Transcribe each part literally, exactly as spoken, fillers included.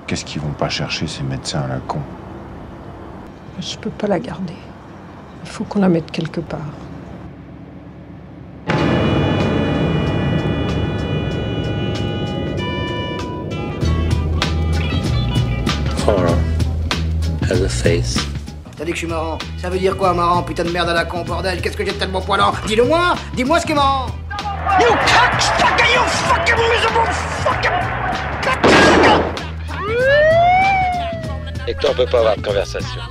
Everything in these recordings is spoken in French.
Qu'est-ce qu'ils vont pas chercher, ces médecins à la con? Je peux pas la garder. Il faut qu'on la mette quelque part. Horror has a face. T'as dit que je suis marrant. Ça veut dire quoi, marrant? Putain de merde à la con, bordel. Qu'est-ce que j'ai de tellement poilant? Dis-le-moi. Dis-moi ce qui est marrant. You cocksucker, you fucking miserable fucking cocksucker! Et toi, on peut pas avoir de conversation.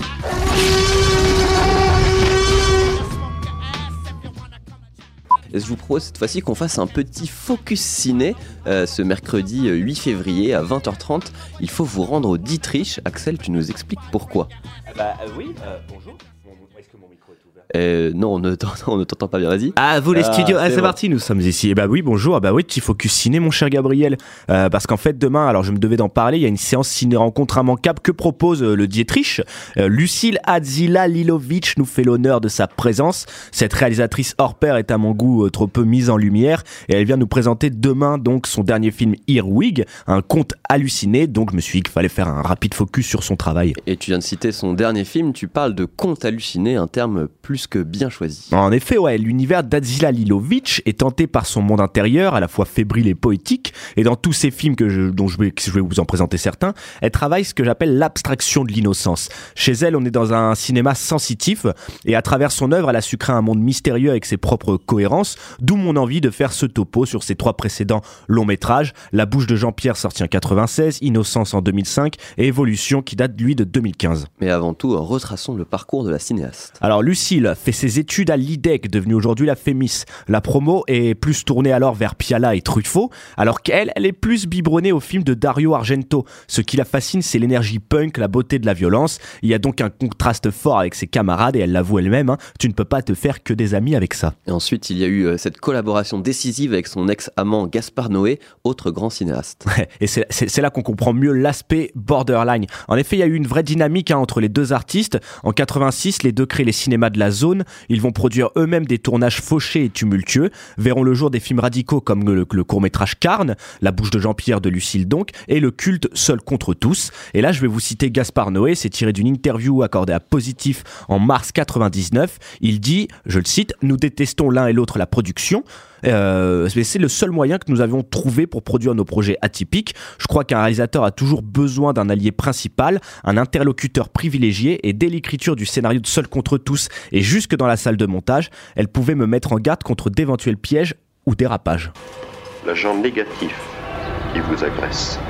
Je vous propose cette fois-ci qu'on fasse un petit focus ciné euh, ce mercredi huit février à vingt heures trente. Il faut vous rendre au Dietrich. Axel, tu nous expliques pourquoi? Bah euh, oui, euh, bonjour. Est-ce que mon micro est ouvert? Euh, non, on ne, t'entend, on ne t'entend pas bien, vas-y. Ah, vous les ah, studios, ah, c'est, c'est bon. parti, nous sommes ici. Et bah oui, bonjour, ah bah oui, petit focus ciné, mon cher Gabriel. Euh, parce qu'en fait, demain, alors je me devais d'en parler, il y a une séance ciné-rencontre immanquable que propose euh, le Dietrich. Euh, Lucille Adzila-Lilovic nous fait l'honneur de sa présence. Cette réalisatrice hors pair est à mon goût euh, trop peu mise en lumière. Et elle vient nous présenter demain donc son dernier film Earwig, un conte halluciné. Donc je me suis dit qu'il fallait faire un rapide focus sur son travail. Et tu viens de citer son dernier film, tu parles de conte halluciné, un terme plus que bien choisi. En effet, ouais, l'univers d'Adzila Lilovic est tenté par son monde intérieur, à la fois fébrile et poétique, et dans tous ces films que je, dont je vais, je vais vous en présenter certains, elle travaille ce que j'appelle l'abstraction de l'innocence. Chez elle, on est dans un cinéma sensitif, et à travers son œuvre, elle a su créer un monde mystérieux avec ses propres cohérences, d'où mon envie de faire ce topo sur ses trois précédents longs métrages, La bouche de Jean-Pierre sorti en quatre-vingt-seize, Innocence en deux mille cinq, et Évolution qui date lui de deux mille quinze. Mais avant tout, retraçons le parcours de la cinéaste. Alors Lucille fait ses études à l'I D E C, devenue aujourd'hui la Fémis. La promo est plus tournée alors vers Piala et Truffaut, alors qu'elle, elle est plus biberonnée au film de Dario Argento. Ce qui la fascine, c'est l'énergie punk, la beauté de la violence. Il y a donc un contraste fort avec ses camarades, et elle l'avoue elle-même, hein, tu ne peux pas te faire que des amis avec ça. Et ensuite, il y a eu euh, cette collaboration décisive avec son ex-amant Gaspard Noé, autre grand cinéaste. Et c'est, c'est, c'est là qu'on comprend mieux l'aspect borderline. En effet, il y a eu une vraie dynamique hein, entre les deux artistes. En quatre-vingt-six, les deux créent les cinémas de la zone. Ils vont produire eux-mêmes des tournages fauchés et tumultueux, verront le jour des films radicaux comme le, le court-métrage Carne, La bouche de Jean-Pierre de Lucille donc, et le culte Seul contre tous. Et là, je vais vous citer Gaspard Noé, c'est tiré d'une interview accordée à Positif en mars quatre-vingt-dix-neuf. Il dit, je le cite, « Nous détestons l'un et l'autre la production. Euh, c'est le seul moyen que nous avions trouvé pour produire nos projets atypiques. Je crois qu'un réalisateur a toujours besoin d'un allié principal, un interlocuteur privilégié, et dès l'écriture du scénario de Seul contre tous et jusque dans la salle de montage, elle pouvait me mettre en garde contre d'éventuels pièges ou dérapages. » L'agent négatif qui vous agresse,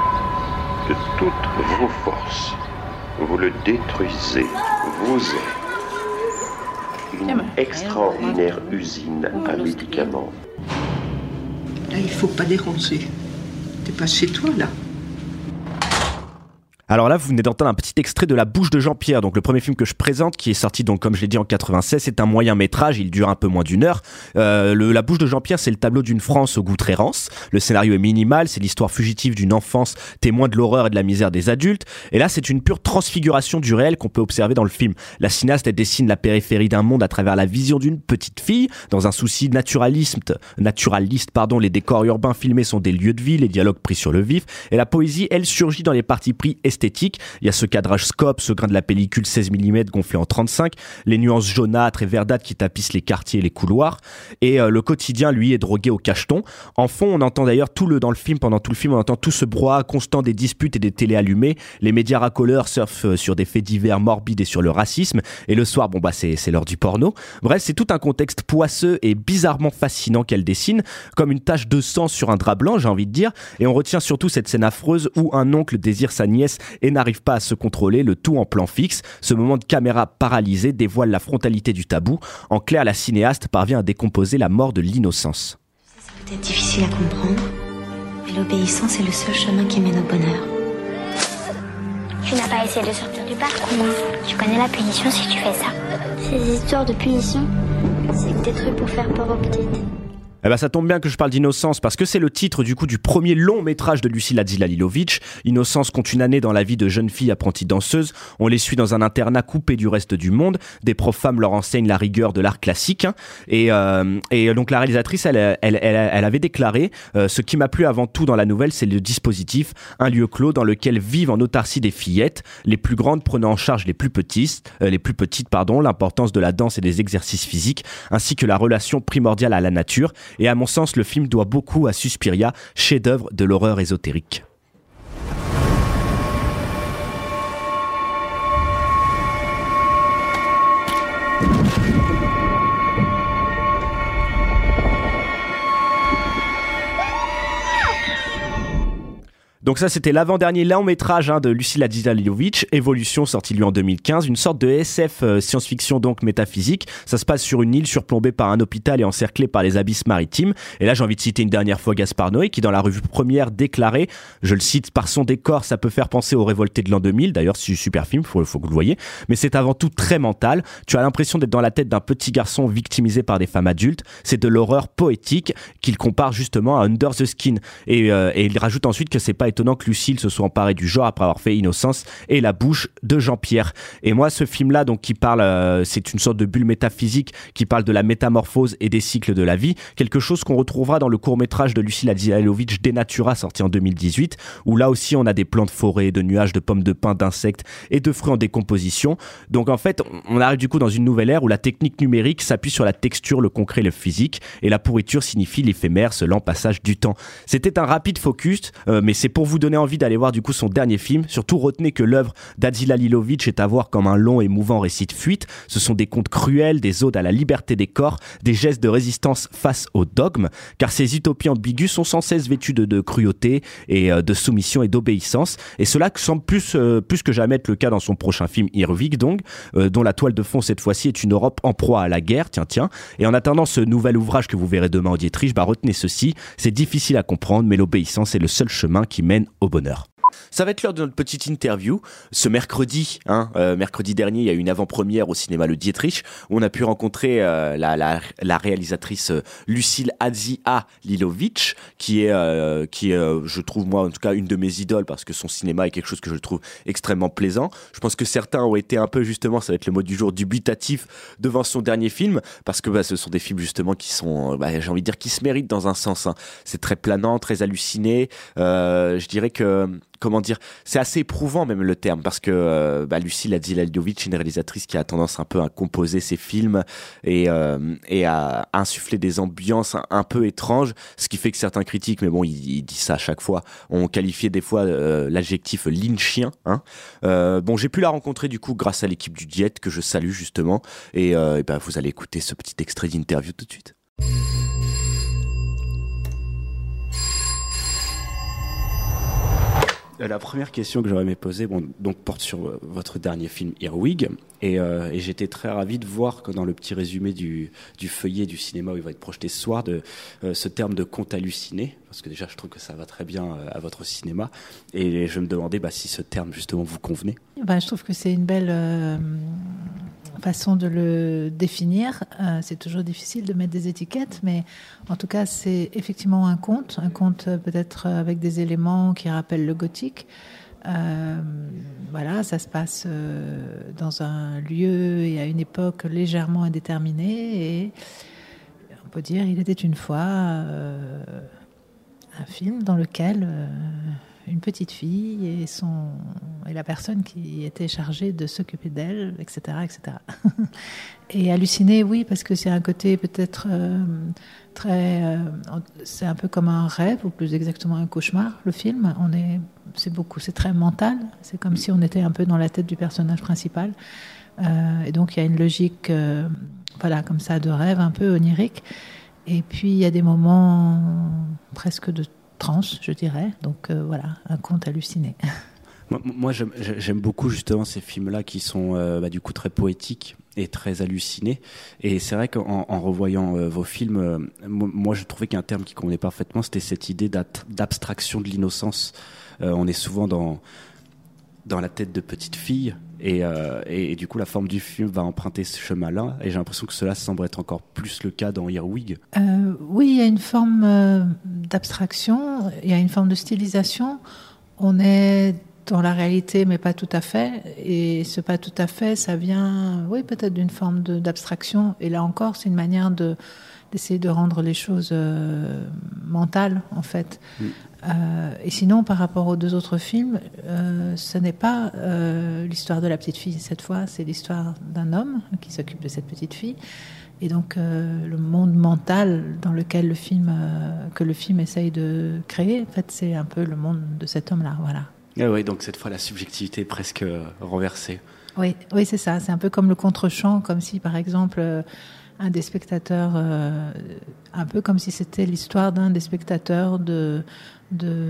de toutes vos forces, vous le détruisez, vous êtes une extraordinaire usine à médicaments. Là, il faut pas déranger. T'es pas chez toi, là. Alors là, vous venez d'entendre un petit extrait de La bouche de Jean-Pierre, donc le premier film que je présente, qui est sorti donc comme je l'ai dit en quatre-vingt-seize. C'est un moyen métrage, il dure un peu moins d'une heure. Euh, le, La bouche de Jean-Pierre, c'est le tableau d'une France au goût très rance. Le scénario est minimal, c'est l'histoire fugitive d'une enfance témoin de l'horreur et de la misère des adultes. Et là, c'est une pure transfiguration du réel qu'on peut observer dans le film. La cinéaste, elle dessine la périphérie d'un monde à travers la vision d'une petite fille, dans un souci naturaliste, naturaliste, pardon. Les décors urbains filmés sont des lieux de vie, les dialogues pris sur le vif, et la poésie, elle, surgit dans les parties pris esthétiques. Il y a ce cadrage scope, ce grain de la pellicule seize millimètres gonflé en trente-cinq, les nuances jaunâtres et verdâtres qui tapissent les quartiers et les couloirs, et euh, le quotidien, lui, est drogué au cacheton. En fond, on entend d'ailleurs tout le dans le film, pendant tout le film, on entend tout ce brouhaha constant des disputes et des télés allumées. Les médias racoleurs surfent sur des faits divers morbides et sur le racisme, et le soir, bon bah c'est, c'est l'heure du porno. Bref, c'est tout un contexte poisseux et bizarrement fascinant qu'elle dessine, comme une tache de sang sur un drap blanc, j'ai envie de dire, et on retient surtout cette scène affreuse où un oncle désire sa nièce et n'arrive pas à se contrôler, le tout en plan fixe. Ce moment de caméra paralysée dévoile la frontalité du tabou. En clair, la cinéaste parvient à décomposer la mort de l'innocence. Ça peut être difficile à comprendre, mais l'obéissance est le seul chemin qui mène au bonheur. Tu n'as pas essayé de sortir du parc? Non. Tu connais la punition si tu fais ça? Ces histoires de punition, c'est que des trucs pour faire peur aux petites. Eh ben, ça tombe bien que je parle d'Innocence parce que c'est le titre du coup du premier long métrage de Lucile Hadjilalilowicz. Innocence compte une année dans la vie de jeunes filles apprenties danseuses. On les suit dans un internat coupé du reste du monde. Des profs femmes leur enseignent la rigueur de l'art classique. Hein. Et, euh, et donc la réalisatrice, elle, elle, elle, elle avait déclaré euh, ce qui m'a plu avant tout dans la nouvelle, c'est le dispositif, un lieu clos dans lequel vivent en autarcie des fillettes, les plus grandes prenant en charge les plus petites, euh, les plus petites pardon, l'importance de la danse et des exercices physiques, ainsi que la relation primordiale à la nature. Et à mon sens, le film doit beaucoup à Suspiria, chef-d'œuvre de l'horreur ésotérique. Donc ça, c'était l'avant-dernier long-métrage hein, de Lucile Hadjilalilowicz, Évolution, sorti lui en deux mille quinze, une sorte de S F euh, science-fiction donc métaphysique. Ça se passe sur une île surplombée par un hôpital et encerclée par les abysses maritimes. Et là, j'ai envie de citer une dernière fois Gaspard Noé, qui dans la revue première déclarait, je le cite, par son décor, ça peut faire penser aux Révoltés de l'an deux mille. D'ailleurs, c'est un super film, faut, faut que vous le voyez. Mais c'est avant tout très mental. Tu as l'impression d'être dans la tête d'un petit garçon victimisé par des femmes adultes. C'est de l'horreur poétique qu'il compare justement à Under the Skin. Et, euh, et il rajoute ensuite que c'est pas étonnant que Lucile se soit emparée du genre après avoir fait Innocence et La bouche de Jean-Pierre. Et moi, ce film-là, donc, qui parle, euh, c'est une sorte de bulle métaphysique qui parle de la métamorphose et des cycles de la vie. Quelque chose qu'on retrouvera dans le court-métrage de Lucile Hadjilalilowicz, Denatura, sorti en deux mille dix-huit, où là aussi, on a des plants de forêt, de nuages, de pommes de pin, d'insectes et de fruits en décomposition. Donc, en fait, on arrive du coup dans une nouvelle ère où la technique numérique s'appuie sur la texture, le concret, le physique, et la pourriture signifie l'éphémère, ce lent passage du temps. C'était un rapide focus, euh, mais c'est pour vous donner envie d'aller voir du coup son dernier film. Surtout retenez que l'œuvre d'Hadjilalilowicz est à voir comme un long et mouvant récit de fuite. Ce sont des contes cruels, des odes à la liberté des corps, des gestes de résistance face au dogme, car ces utopies ambiguës sont sans cesse vêtues de, de cruauté et euh, de soumission et d'obéissance. Et cela semble plus, euh, plus que jamais être le cas dans son prochain film Irving, donc, euh, dont la toile de fond cette fois-ci est une Europe en proie à la guerre. Tiens, tiens. Et en attendant ce nouvel ouvrage que vous verrez demain au Dietrich, bah retenez ceci, c'est difficile à comprendre, mais l'obéissance est le seul chemin qui mène au bonheur. Ça va être l'heure de notre petite interview. Ce mercredi, hein, euh, mercredi dernier, il y a eu une avant-première au cinéma Le Dietrich où on a pu rencontrer euh, la, la, la réalisatrice euh, Lucile Hadjilalilowicz, qui est, euh, qui est euh, je trouve moi en tout cas une de mes idoles parce que son cinéma est quelque chose que je trouve extrêmement plaisant. Je pense que certains ont été un peu justement, ça va être le mot du jour, dubitatifs devant son dernier film parce que bah, ce sont des films justement qui sont, bah, j'ai envie de dire, qui se méritent dans un sens. Hein. C'est très planant, très halluciné. Euh, je dirais que comment dire, c'est assez éprouvant même le terme parce que euh, bah, Lucile Hadjilalilowicz est une réalisatrice qui a tendance un peu à composer ses films et, euh, et à insuffler des ambiances un, un peu étranges, ce qui fait que certains critiques, mais bon, il, il dit ça à chaque fois, ont qualifié des fois euh, l'adjectif lynchien. Hein. Euh, bon, j'ai pu la rencontrer du coup grâce à l'équipe du Diet que je salue justement et, euh, et bah, vous allez écouter ce petit extrait d'interview tout de suite. La première question que j'aurais aimé poser, bon, donc porte sur euh, votre dernier film Earwig, et, euh, et j'étais très ravi de voir que dans le petit résumé du, du feuillet du cinéma où il va être projeté ce soir, de euh, ce terme de conte halluciné, parce que déjà je trouve que ça va très bien euh, à votre cinéma, et je me demandais bah, si ce terme justement vous convenait. Ben, je trouve que c'est une belle euh, façon de le définir. Euh, c'est toujours difficile de mettre des étiquettes, mais en tout cas c'est effectivement un conte, un conte peut-être avec des éléments qui rappellent le gothique. Euh, voilà, ça se passe euh, dans un lieu et à une époque légèrement indéterminée, et on peut dire il était une fois euh, un film dans lequel euh, une petite fille et, son, et la personne qui était chargée de s'occuper d'elle, et cetera, et cetera. Et halluciné, oui, parce que c'est un côté peut-être euh, très... Euh, c'est un peu comme un rêve, ou plus exactement un cauchemar, le film. On est, c'est beaucoup, c'est très mental. C'est comme si on était un peu dans la tête du personnage principal. Euh, et donc, il y a une logique, euh, voilà, comme ça, de rêve, un peu onirique. Et puis, il y a des moments presque de transe, je dirais. Donc, euh, voilà, un conte halluciné. Moi, j'aime, j'aime beaucoup justement ces films-là qui sont euh, bah, du coup très poétiques et très hallucinés. Et c'est vrai qu'en en revoyant euh, vos films, euh, moi je trouvais qu'un terme qui convenait parfaitement, c'était cette idée d'abstraction de l'innocence. Euh, on est souvent dans dans la tête de petites filles Et, euh, et, et du coup, la forme du film va emprunter ce chemin-là. Et j'ai l'impression que cela semble être encore plus le cas dans Earwig. Euh, oui, il y a une forme euh, d'abstraction, il y a une forme de stylisation. On est dans la réalité, mais pas tout à fait. Et ce pas tout à fait, ça vient, oui, peut-être d'une forme de, d'abstraction. Et là encore, c'est une manière de, d'essayer de rendre les choses euh, mentales, en fait. Mm. Euh, et sinon, par rapport aux deux autres films, euh, ce n'est pas euh, l'histoire de la petite fille cette fois, c'est l'histoire d'un homme qui s'occupe de cette petite fille. Et donc, euh, le monde mental dans lequel le film, euh, que le film essaye de créer, en fait, c'est un peu le monde de cet homme-là, voilà. Ah oui, donc cette fois, la subjectivité est presque euh, renversée. Oui, oui, c'est ça. C'est un peu comme le contre-champ, comme si, par exemple, euh, un des spectateurs, euh, un peu comme si c'était l'histoire d'un des spectateurs de, de,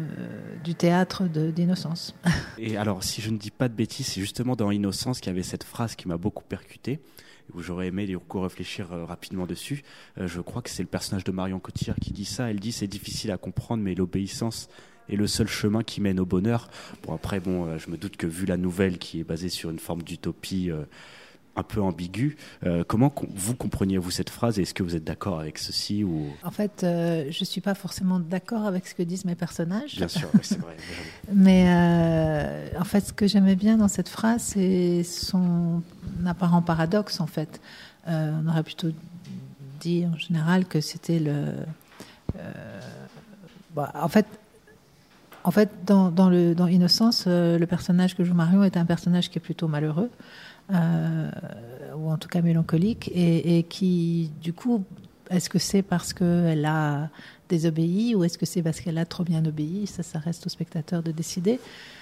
du théâtre de, d'Innocence. Et alors, si je ne dis pas de bêtises, c'est justement dans Innocence qu'il y avait cette phrase qui m'a beaucoup percuté, où j'aurais aimé du coup réfléchir euh, rapidement dessus. Euh, je crois que c'est le personnage de Marion Cotillard qui dit ça. Elle dit « c'est difficile à comprendre, mais l'obéissance est le seul chemin qui mène au bonheur ». Bon, après, bon, euh, je me doute que vu la nouvelle qui est basée sur une forme d'utopie euh, un peu ambiguë, euh, comment com- vous compreniez-vous cette phrase et est-ce que vous êtes d'accord avec ceci ou... En fait, euh, je ne suis pas forcément d'accord avec ce que disent mes personnages. Bien sûr, oui, c'est vrai. Mais euh, en fait, ce que j'aimais bien dans cette phrase, c'est son apparent paradoxe, en fait. Euh, on aurait plutôt dit, en général, que c'était le... Euh, bah, en fait... En fait, dans, dans, le, dans Innocence, euh, le personnage que joue Marion est un personnage qui est plutôt malheureux, euh, ou en tout cas mélancolique, et, et qui, du coup, est-ce que c'est parce qu'elle a désobéi ou est-ce que c'est parce qu'elle a trop bien obéi? Ça, ça reste au spectateur de décider.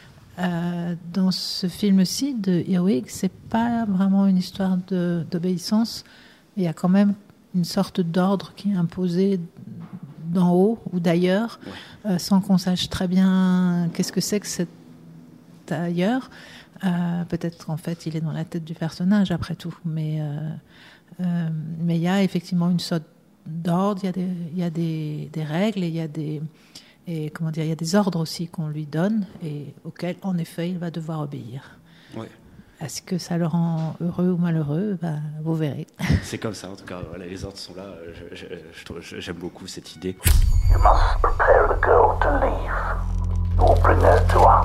Euh, dans ce film-ci de Earwig, c'est pas vraiment une histoire de, d'obéissance. Il y a quand même une sorte d'ordre qui est imposé d'en haut ou d'ailleurs, ouais. euh, sans qu'on sache très bien qu'est-ce que c'est que cet ailleurs. Euh, peut-être qu'en fait, il est dans la tête du personnage, après tout. Mais euh, euh, mais il y a effectivement une sorte d'ordre, il y a des, il y a des, des règles, et il y a des, et comment dire, il y a des ordres aussi qu'on lui donne et auxquels, en effet, il va devoir obéir. Ouais. Est-ce que ça le rend heureux ou malheureux? Ben, vous verrez. C'est comme ça, en tout cas, voilà, les ordres sont là. Je, je, je, j'aime beaucoup cette idée. You must prepare the girl to leave. Or bring her to us.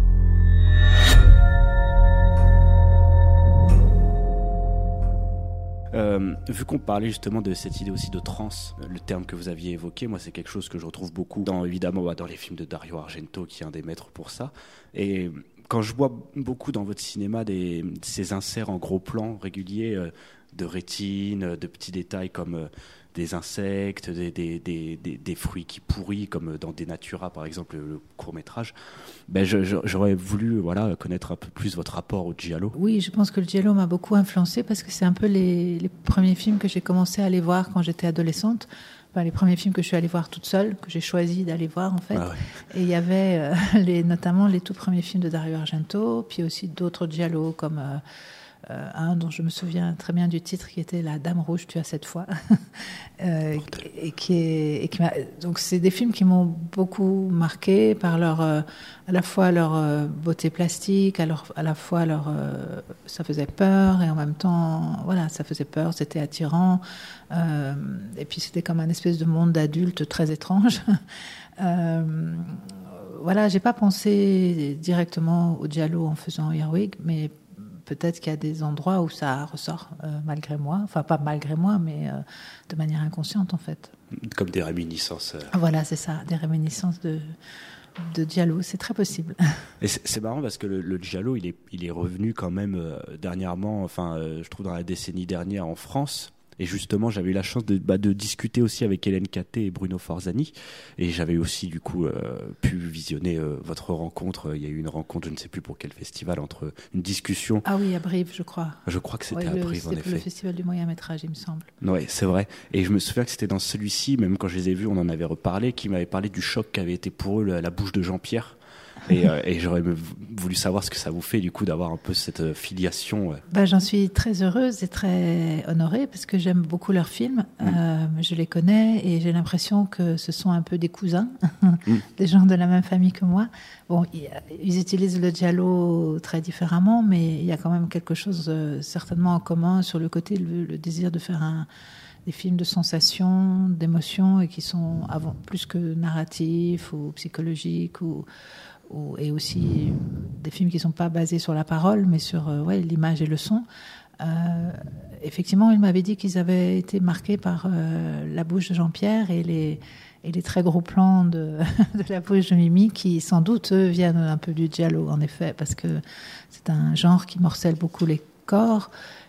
Euh, vu qu'on parlait justement de cette idée aussi de transe, le terme que vous aviez évoqué, moi c'est quelque chose que je retrouve beaucoup dans, évidemment dans les films de Dario Argento qui est un des maîtres pour ça. Et quand je vois beaucoup dans votre cinéma des, ces inserts en gros plan réguliers euh, de rétine, de petits détails comme euh, des insectes, des, des, des, des, des fruits qui pourrissent, comme dans Denatura par exemple, le, le court-métrage, ben je, je, j'aurais voulu voilà, connaître un peu plus votre rapport au giallo. Oui, je pense que le giallo m'a beaucoup influencé parce que c'est un peu les, les premiers films que j'ai commencé à aller voir quand j'étais adolescente. Enfin, les premiers films que je suis allée voir toute seule, que j'ai choisi d'aller voir en fait. Ah ouais. Et il y avait euh, les, notamment les tout premiers films de Dario Argento, puis aussi d'autres giallo comme euh, euh, un dont je me souviens très bien du titre qui était La Dame Rouge tue à sept fois. euh, et qui est, et qui m'a, donc c'est des films qui m'ont beaucoup marqué par leur, euh, à la fois leur euh, beauté plastique, à, leur, à la fois leur, euh, ça faisait peur et en même temps, voilà, ça faisait peur, c'était attirant. Euh, et puis c'était comme un espèce de monde d'adulte très étrange. euh, voilà, j'ai pas pensé directement au giallo en faisant Earwig, mais peut-être qu'il y a des endroits où ça ressort euh, malgré moi, enfin pas malgré moi, mais euh, de manière inconsciente en fait. Comme des réminiscences. Euh... Voilà, c'est ça, des réminiscences de de giallo, c'est très possible. Et c'est, c'est marrant parce que le, le giallo, il est il est revenu quand même euh, dernièrement, enfin euh, je trouve dans la décennie dernière en France. Et justement, j'avais eu la chance de, bah, de discuter aussi avec Hélène Catté et Bruno Forzani. Et j'avais aussi, du coup, euh, pu visionner euh, votre rencontre. Il y a eu une rencontre, je ne sais plus pour quel festival, entre une discussion. Ah oui, à Brive, je crois. Je crois que c'était ouais, à Brive, le, en effet. C'était le festival du moyen-métrage, il me semble. Oui, c'est vrai. Et je me souviens que c'était dans celui-ci, même quand je les ai vus, on en avait reparlé, qui m'avait parlé du choc qu'avait été pour eux la, la bouche de Jean-Pierre. Et, euh, et j'aurais voulu savoir ce que ça vous fait du coup d'avoir un peu cette euh, filiation. Ouais. Ben, j'en suis très heureuse et très honorée parce que j'aime beaucoup leurs films. Mmh. Euh, je les connais et j'ai l'impression que ce sont un peu des cousins, mmh. des gens de la même famille que moi. Bon, ils utilisent le giallo très différemment, mais il y a quand même quelque chose euh, certainement en commun sur le côté, le, le désir de faire un, des films de sensations, d'émotions et qui sont avant, plus que narratifs ou psychologiques ou et aussi des films qui ne sont pas basés sur la parole, mais sur euh, ouais, l'image et le son. Euh, effectivement, il m'avait dit qu'ils avaient été marqués par euh, la bouche de Jean-Pierre et les, et les très gros plans de, de la bouche de Mimi, qui sans doute, eux, viennent un peu du giallo, en effet, parce que c'est un genre qui morcelle beaucoup les corps.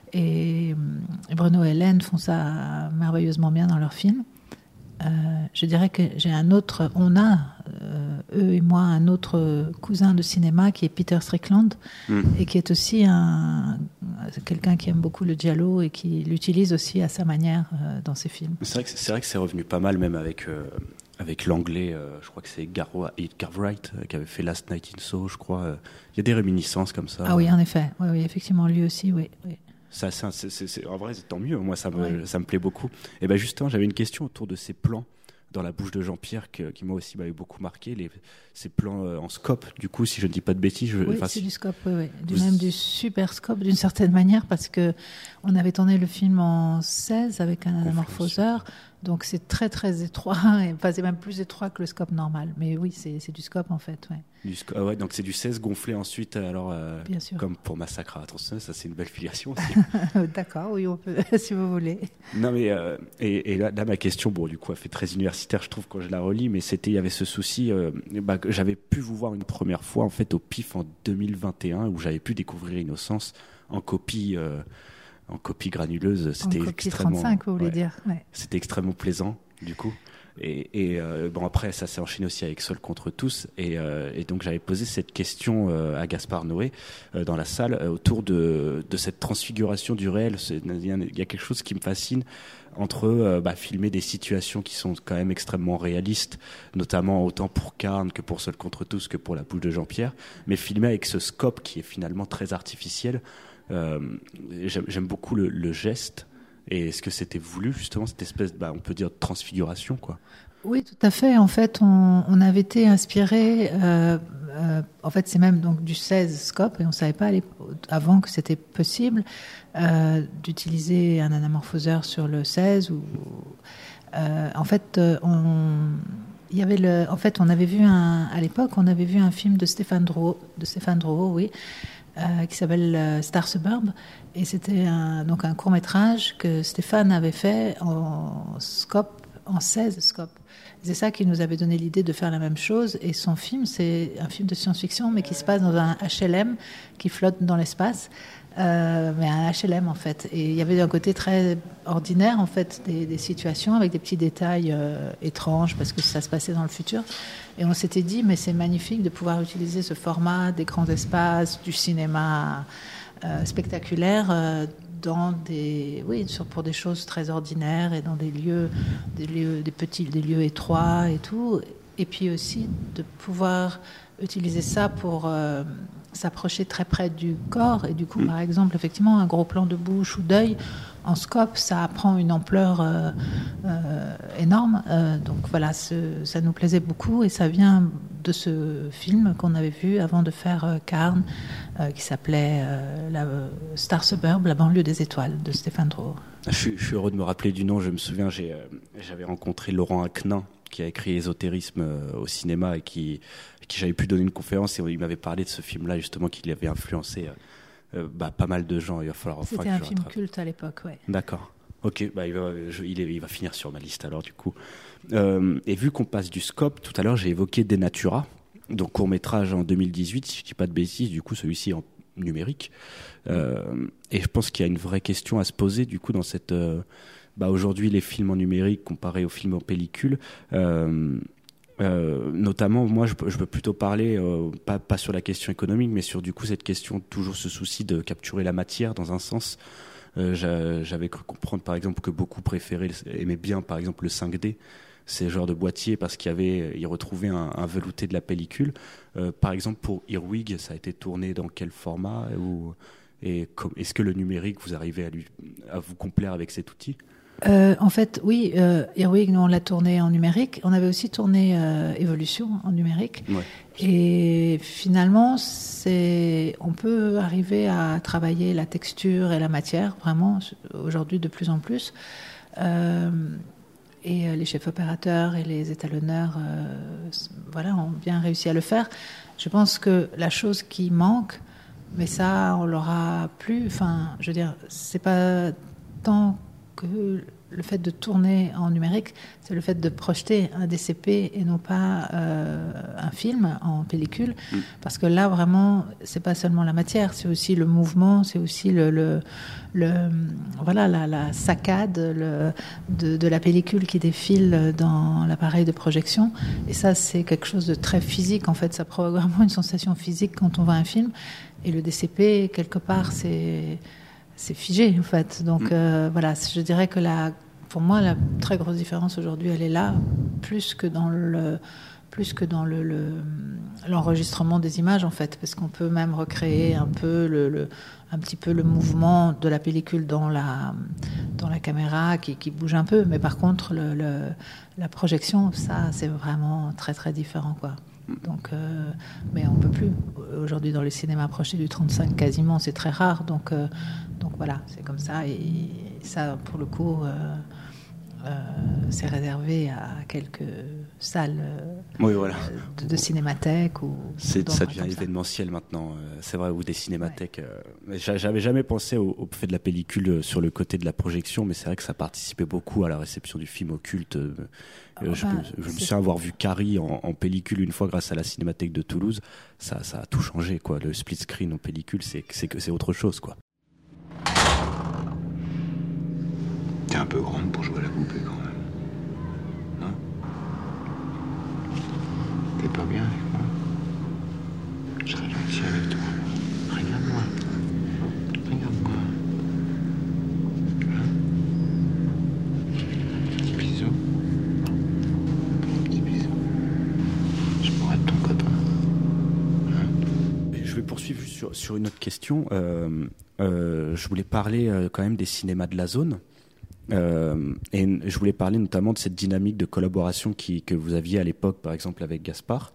Et, et Bruno et Hélène font ça merveilleusement bien dans leurs films. Euh, je dirais que j'ai un autre, on a, euh, eux et moi, un autre cousin de cinéma qui est Peter Strickland, mmh. et qui est aussi un, quelqu'un qui aime beaucoup le giallo et qui l'utilise aussi à sa manière euh, dans ses films. C'est vrai que c'est, c'est vrai que c'est revenu pas mal, même avec, euh, avec l'anglais, euh, je crois que c'est Gar- Edgar Wright euh, qui avait fait Last Night in Soho, je crois. Il euh, y a des réminiscences comme ça. Ah oui, en effet, oui, oui, effectivement, lui aussi, oui. oui. Ça, c'est, c'est, c'est, en vrai, c'est tant mieux. Moi, ça me, ouais. ça me plaît beaucoup. Et ben justement, j'avais une question autour de ces plans dans la bouche de Jean-Pierre que, qui moi aussi m'avait beaucoup marqué. Les, ces plans euh, en scope, du coup, si je ne dis pas de bêtises. Je, oui, enfin, c'est si... du scope, oui, oui. Du, même du super scope d'une certaine manière, parce que on avait tourné le film en seize avec un anamorphoseur. Donc c'est très très étroit, et enfin, c'est même plus étroit que le scope normal. Mais oui, c'est, c'est du scope en fait. Ouais. Du sco- ah ouais, donc c'est du seize gonflé ensuite, alors, euh, bien sûr. Comme pour Massacre à la tronçonneuse, ça c'est une belle filiation aussi. D'accord, oui, on peut, si vous voulez. Non mais, euh, et, et là, là ma question, bon du coup elle fait très universitaire je trouve quand je la relis, mais c'était, il y avait ce souci, euh, bah, que j'avais pu vous voir une première fois en fait au P I F en deux mille vingt et un, où j'avais pu découvrir Innocence en copie... Euh, en copie granuleuse, c'était en copie extrêmement... trente-cinq, vous voulez ouais, dire. Ouais. C'était extrêmement plaisant, du coup. Et, et euh, bon, après, ça s'est enchaîné aussi avec Seul contre tous. Et, euh, et donc, j'avais posé cette question euh, à Gaspard Noé euh, dans la salle euh, autour de, de cette transfiguration du réel. C'est, il y a quelque chose qui me fascine entre euh, bah, filmer des situations qui sont quand même extrêmement réalistes, notamment autant pour Carne que pour Seul contre tous que pour La bouche de Jean-Pierre, mais filmer avec ce scope qui est finalement très artificiel. Euh, j'aime, j'aime beaucoup le, le geste. Et est-ce que c'était voulu justement cette espèce, bah, on peut dire, de transfiguration, quoi? Oui, tout à fait. En fait, on, on avait été inspiré. Euh, euh, en fait, c'est même donc du seize scope, et on savait pas avant que c'était possible euh, d'utiliser un anamorphoseur sur le seize. Ou euh, en fait, on il y avait le. En fait, on avait vu un à l'époque, on avait vu un film de Stéphane Drouot, de Stéphane Drouot, oui. Euh, qui s'appelle euh, Star Suburb, et c'était un, donc un court-métrage que Stéphane avait fait en scope, en seize scopes. C'est ça qui nous avait donné l'idée de faire la même chose, et son film, c'est un film de science-fiction, mais qui se passe dans un H L M qui flotte dans l'espace, euh, mais un H L M en fait. Et il y avait un côté très ordinaire en fait des, des situations avec des petits détails euh, étranges parce que ça se passait dans le futur. Et on s'était dit, mais c'est magnifique de pouvoir utiliser ce format des grands espaces, du cinéma euh, spectaculaire euh, dans des, oui, sur, pour des choses très ordinaires et dans des lieux, des lieux, des petits, des lieux étroits et tout. Et puis aussi de pouvoir utiliser ça pour euh, s'approcher très près du corps. Et du coup, par exemple, effectivement, un gros plan de bouche ou d'œil en scope, ça prend une ampleur euh, euh, énorme. Euh, donc voilà, ce, ça nous plaisait beaucoup, et ça vient de ce film qu'on avait vu avant de faire euh, Carne, euh, qui s'appelait euh, la, euh, Star Suburb, la banlieue des étoiles, de Stéphane Drouot. Je suis, je suis heureux de me rappeler du nom. Je me souviens, j'ai, euh, j'avais rencontré Laurent Aquenin, qui a écrit Ésotérisme euh, au cinéma, et qui, qui j'avais pu donner une conférence, et il m'avait parlé de ce film-là, justement, qui l'avait influencé... Euh, Euh, bah, pas mal de gens. Il va falloir. C'était un film rattrape. Culte à l'époque, ouais. D'accord. Ok, bah, il, va, je, il, est, il va finir sur ma liste alors du coup. Euh, et vu qu'on passe du scope, tout à l'heure j'ai évoqué Denatura, donc court métrage en deux mille dix-huit, si je dis pas de bêtises, du coup celui-ci en numérique. Euh, et je pense qu'il y a une vraie question à se poser du coup dans cette. Euh, bah, aujourd'hui les films en numérique comparés aux films en pellicule. Euh, Euh, notamment, moi, je, je peux plutôt parler euh, pas, pas sur la question économique, mais sur du coup cette question, toujours ce souci de capturer la matière dans un sens. Euh, j'a, j'avais cru comprendre, par exemple, que beaucoup préféraient, aimaient bien, par exemple, le cinq D, ces genres de boîtiers parce qu'il y avait, ils retrouvaient un, un velouté de la pellicule. Euh, par exemple, pour Earwig, ça a été tourné dans quel format ou, et com- est-ce que le numérique, vous arrivez à, lui, à vous complaire avec cet outil ? Euh, en fait, oui, euh, Earwig, nous on l'a tourné en numérique. On avait aussi tourné euh, Évolution en numérique. Ouais. Et finalement, c'est, on peut arriver à travailler la texture et la matière vraiment aujourd'hui de plus en plus. Euh, et les chefs opérateurs et les étalonneurs, euh, voilà, ont bien réussi à le faire. Je pense que la chose qui manque, mais ça, on l'aura plus. Enfin, je veux dire, c'est pas tant que le fait de tourner en numérique, c'est le fait de projeter un D C P et non pas euh, un film en pellicule, mmh. parce que là vraiment, c'est pas seulement la matière, c'est aussi le mouvement, c'est aussi le, le, le voilà la, la saccade le, de, de la pellicule qui défile dans l'appareil de projection, et ça c'est quelque chose de très physique en fait, ça provoque vraiment une sensation physique quand on voit un film, et le D C P quelque part c'est c'est figé en fait, donc euh, voilà, je dirais que la, pour moi la très grosse différence aujourd'hui elle est là, plus que dans le plus que dans le, le l'enregistrement des images en fait, parce qu'on peut même recréer un peu le, le un petit peu le mouvement de la pellicule dans la dans la caméra qui, qui bouge un peu, mais par contre le, le, la projection, ça c'est vraiment très très différent quoi. Donc, euh, mais on peut plus aujourd'hui dans les cinémas projeter du trente-cinq quasiment, c'est très rare. Donc, euh, donc voilà, c'est comme ça. Et ça, pour le coup, euh, euh, c'est réservé à quelques salles euh, oui, voilà. de, de cinémathèque ou. C'est, ça devient événementiel maintenant, euh, c'est vrai, ou des cinémathèques. Ouais. Euh, mais j'avais jamais pensé au, au fait de la pellicule sur le côté de la projection, mais c'est vrai que ça participait beaucoup à la réception du film au culte. Euh, Euh, je, enfin, je me souviens avoir vu Carrie en, en pellicule une fois grâce à la Cinémathèque de Toulouse. Ça, ça a tout changé, quoi. Le split screen en pellicule, c'est, c'est que c'est autre chose, quoi. T'es un peu grande pour jouer à la poupée, quand même. Non ? T'es pas bien avec moi ? Je serais gentil avec toi. Regarde-moi. Regarde-moi. Hein ? Petit bisou. Je vais poursuivre sur, sur une autre question. Euh, euh, je voulais parler euh, quand même des cinémas de la zone. Euh, et je voulais parler notamment de cette dynamique de collaboration qui, que vous aviez à l'époque, par exemple avec Gaspard.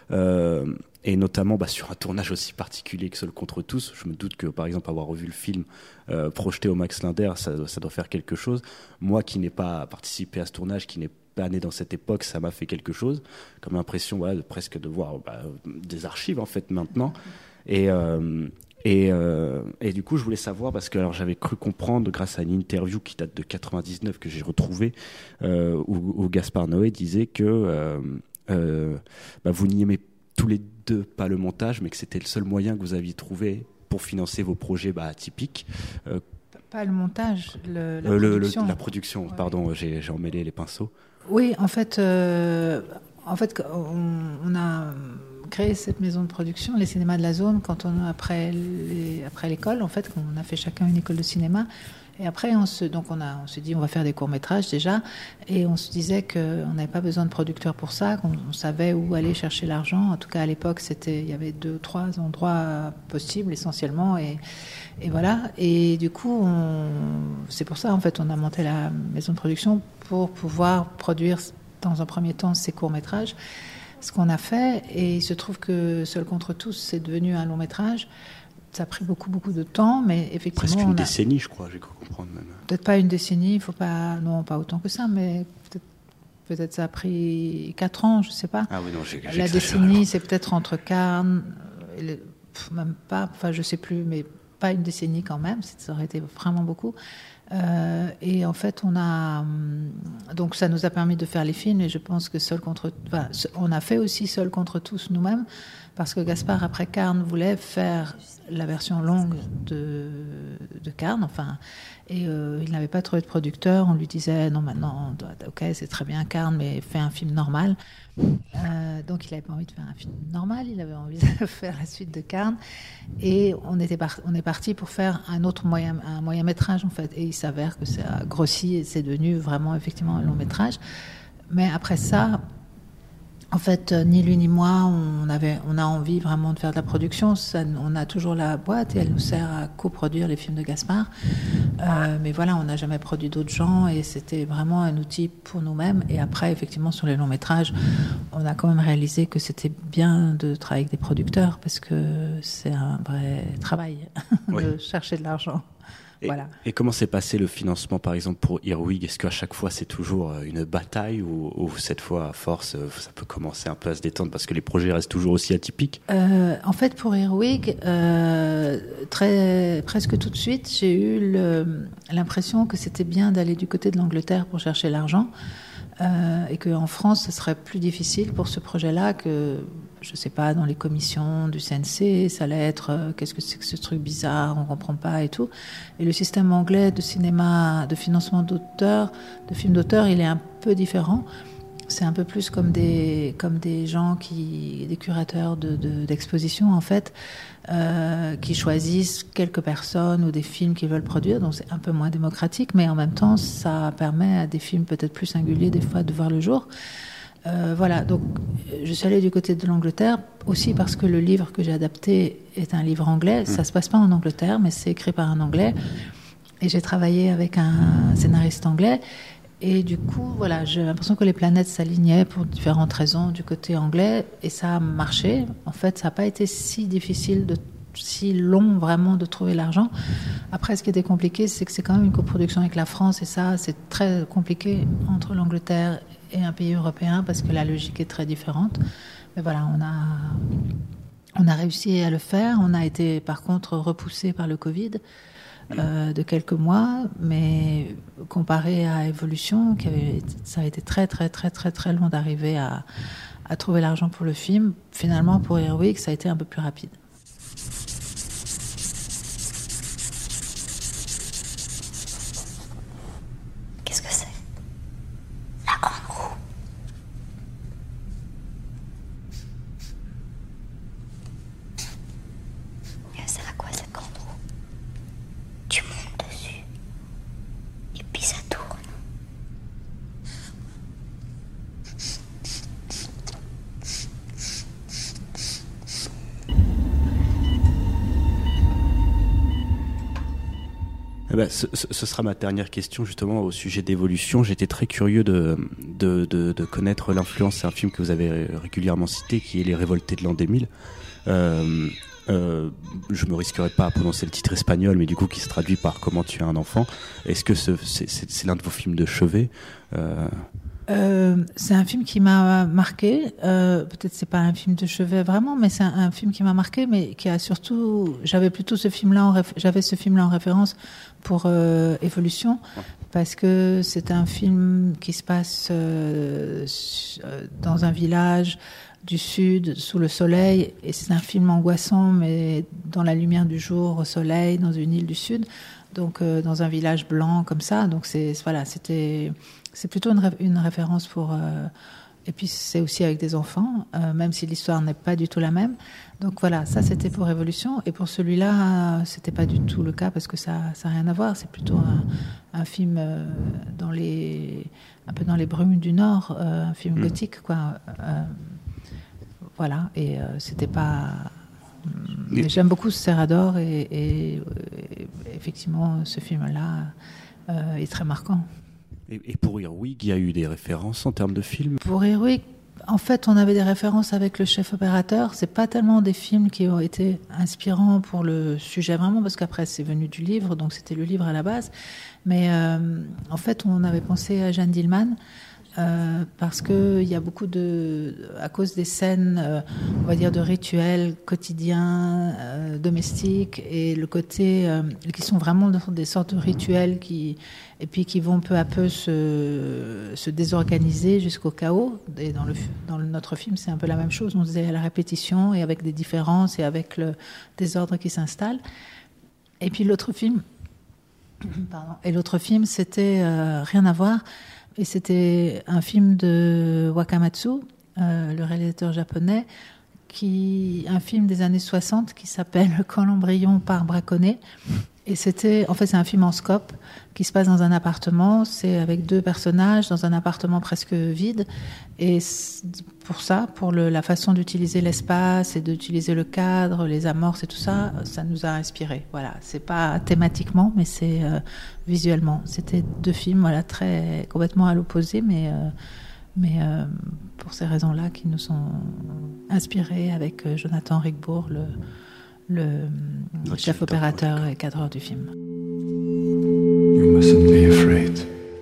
Euh, et notamment bah, sur un tournage aussi particulier que Seul contre tous. Je me doute que, par exemple, avoir revu le film euh, projeté au Max Linder, ça, ça doit faire quelque chose. Moi qui n'ai pas participé à ce tournage, qui n'ai pas né dans cette époque, ça m'a fait quelque chose. Comme l'impression voilà, de, presque de voir bah, des archives, en fait, maintenant. Et, euh, et, euh, et du coup, je voulais savoir, parce que alors, j'avais cru comprendre, grâce à une interview qui date de quatre-vingt-dix-neuf, que j'ai retrouvée, euh, où, où Gaspard Noé disait que euh, euh, bah, vous n'aimez tous les deux pas le montage, mais que c'était le seul moyen que vous aviez trouvé pour financer vos projets bah, atypiques. Euh, pas le montage, le, la euh, production. Le, le, la production, ouais. Pardon, j'ai, j'ai emmêlé les pinceaux. Oui, en fait, euh, en fait on, on a créé cette maison de production, les cinémas de la zone, quand on après les, après l'école, en fait, on a fait chacun une école de cinéma. Et après, on se, donc on a, on s'est dit, on va faire des courts-métrages déjà, et on se disait qu'on n'avait pas besoin de producteurs pour ça, qu'on on savait où aller chercher l'argent. En tout cas, à l'époque, c'était, il y avait deux, trois endroits possibles essentiellement, et, et voilà. Et du coup, on, c'est pour ça, en fait, on a monté la maison de production pour pouvoir produire dans un premier temps ces courts-métrages. Ce qu'on a fait, et il se trouve que Seul contre tous, c'est devenu un long-métrage. Ça a pris beaucoup, beaucoup de temps, mais effectivement... Presque une on a... décennie, je crois, j'ai cru comprendre même. Peut-être pas une décennie, il faut pas... Non, pas autant que ça, mais peut-être, peut-être ça a pris quatre ans, je sais pas. Ah oui, non, j'ai, j'ai La décennie, alors. C'est peut-être entre Cannes, le... Pff, même pas, enfin je sais plus, mais pas une décennie quand même, ça aurait été vraiment beaucoup. Euh, et en fait, on a... Donc ça nous a permis de faire les films, et je pense que Seul contre... Enfin, on a fait aussi Seul contre tous nous-mêmes, parce que Gaspard, après Carnes, voulait faire la version longue de, de Carnes, enfin, et euh, il n'avait pas trouvé de producteur. On lui disait, non, maintenant, ok, c'est très bien Carnes, mais fais un film normal. Euh, donc, il n'avait pas envie de faire un film normal, il avait envie de faire la suite de Carnes. Et on, était par, on est parti pour faire un autre moyen, un moyen métrage, en fait. Et il s'avère que ça a grossi et c'est devenu vraiment, effectivement, un long métrage. mais après ça, en fait, ni lui ni moi, on, avait, on a envie vraiment de faire de la production. Ça, on a toujours la boîte et elle nous sert à coproduire les films de Gaspard. Euh, mais voilà, on n'a jamais produit d'autres gens et c'était vraiment un outil pour nous-mêmes. Et après, effectivement, sur les longs métrages, on a quand même réalisé que c'était bien de travailler avec des producteurs parce que c'est un vrai travail Oui. de chercher de l'argent. Et, voilà. et comment s'est passé le financement, par exemple, pour Earwig? Est-ce qu'à chaque fois, c'est toujours une bataille ou, ou cette fois, à force, ça peut commencer un peu à se détendre parce que les projets restent toujours aussi atypiques? euh, En fait, pour Earwig, euh, très, presque tout de suite, j'ai eu le, l'impression que c'était bien d'aller du côté de l'Angleterre pour chercher l'argent. Euh, et qu'en France, ce serait plus difficile pour ce projet-là que, je ne sais pas, dans les commissions du C N C, ça allait être euh, qu'est-ce que c'est que ce truc bizarre, on ne comprend pas et tout. Et le système anglais de cinéma, de financement d'auteurs, de films d'auteurs, il est un peu différent. C'est un peu plus comme des, comme des gens, qui, des curateurs de, de, d'exposition, en fait, euh, qui choisissent quelques personnes ou des films qu'ils veulent produire. Donc c'est un peu moins démocratique, mais en même temps, ça permet à des films peut-être plus singuliers, des fois, de voir le jour. Euh, voilà, donc je suis allée du côté de l'Angleterre, aussi parce que le livre que j'ai adapté est un livre anglais. Mmh. Ça ne se passe pas en Angleterre, mais c'est écrit par un Anglais. Et j'ai travaillé avec un scénariste anglais. Et du coup, voilà, j'ai l'impression que les planètes s'alignaient pour différentes raisons du côté anglais, et ça a marché. En fait, ça n'a pas été si difficile, de, si long vraiment de trouver l'argent. Après, ce qui était compliqué, c'est que c'est quand même une coproduction avec la France, et ça, c'est très compliqué entre l'Angleterre et un pays européen, parce que la logique est très différente. Mais voilà, on a, on a réussi à le faire. On a été, par contre, repoussé par le Covid. Euh, de quelques mois, mais comparé à Évolution, qui avait, ça a été très très très très très long d'arriver à, à trouver l'argent pour le film. Finalement, pour Earwig, ça a été un peu plus rapide. Qu'est-ce que c'est? La grande roue. Elle sert à quoi cette grande roue? Tu montes dessus, et puis ça tourne. Eh ben, ce, ce sera ma dernière question justement au sujet d'Évolution. J'étais très curieux de, de, de, de connaître l'influence. C'est un film que vous avez régulièrement cité, qui est Les Révoltés de l'an deux mille. Euh, Euh, je me risquerai pas à prononcer le titre espagnol, mais du coup qui se traduit par Comment tuer un enfant. Est-ce que ce, c'est, c'est, c'est l'un de vos films de chevet? euh... Euh, c'est un film qui m'a marqué. Euh, peut-être c'est pas un film de chevet vraiment, mais c'est un, un film qui m'a marqué, mais qui a surtout. J'avais plutôt ce film-là en réf... j'avais ce film-là en référence pour euh, Évolution, parce que c'est un film qui se passe euh, dans un village du sud, sous le soleil, et c'est un film angoissant, mais dans la lumière du jour, au soleil, dans une île du sud, donc euh, dans un village blanc comme ça. Donc c'est voilà, c'était c'est plutôt une, ré- une référence pour. Euh, et puis c'est aussi avec des enfants, euh, même si l'histoire n'est pas du tout la même. Donc voilà, ça c'était pour Évolution, et pour celui-là, euh, c'était pas du tout le cas parce que ça ça a rien à voir. C'est plutôt un, un film euh, dans les un peu dans les brumes du Nord, euh, un film mmh. gothique quoi. Euh, Voilà, et euh, c'était pas. Mais j'aime beaucoup Serrador, et, et, et effectivement, ce film-là euh, est très marquant. Et, et pour Earwig, il y a eu des références en termes de films? Pour Earwig, en fait, on avait des références avec le chef opérateur. C'est pas tellement des films qui ont été inspirants pour le sujet vraiment, parce qu'après c'est venu du livre, donc c'était le livre à la base. Mais euh, en fait, on avait pensé à Jeanne Dillman. Euh, parce que il y a beaucoup de, à cause des scènes, euh, on va dire de rituels quotidiens, euh, domestiques, et le côté euh, qui sont vraiment des sortes de rituels qui, et puis qui vont peu à peu se, se désorganiser jusqu'au chaos. Et dans le dans le, notre film, c'est un peu la même chose. On faisait à la répétition et avec des différences et avec le désordre qui s'installe. Et puis l'autre film, pardon, et l'autre film, c'était euh, rien à voir. Et c'était un film de Wakamatsu, euh, le réalisateur japonais, qui, un film des années soixante qui s'appelle Quand l'embryon part braconner. Et c'était, en fait, c'est un film en scope qui se passe dans un appartement. C'est avec deux personnages dans un appartement presque vide. Et pour ça, pour le, la façon d'utiliser l'espace et d'utiliser le cadre, les amorces et tout ça, ça nous a inspiré. Voilà, c'est pas thématiquement, mais c'est euh, visuellement. C'était deux films, voilà, très complètement à l'opposé, mais euh, mais euh, pour ces raisons-là, qui nous sont inspirés avec euh, Jonathan Rigbourg, le le Notre chef opérateur et cadreur du film. You mustn't be afraid.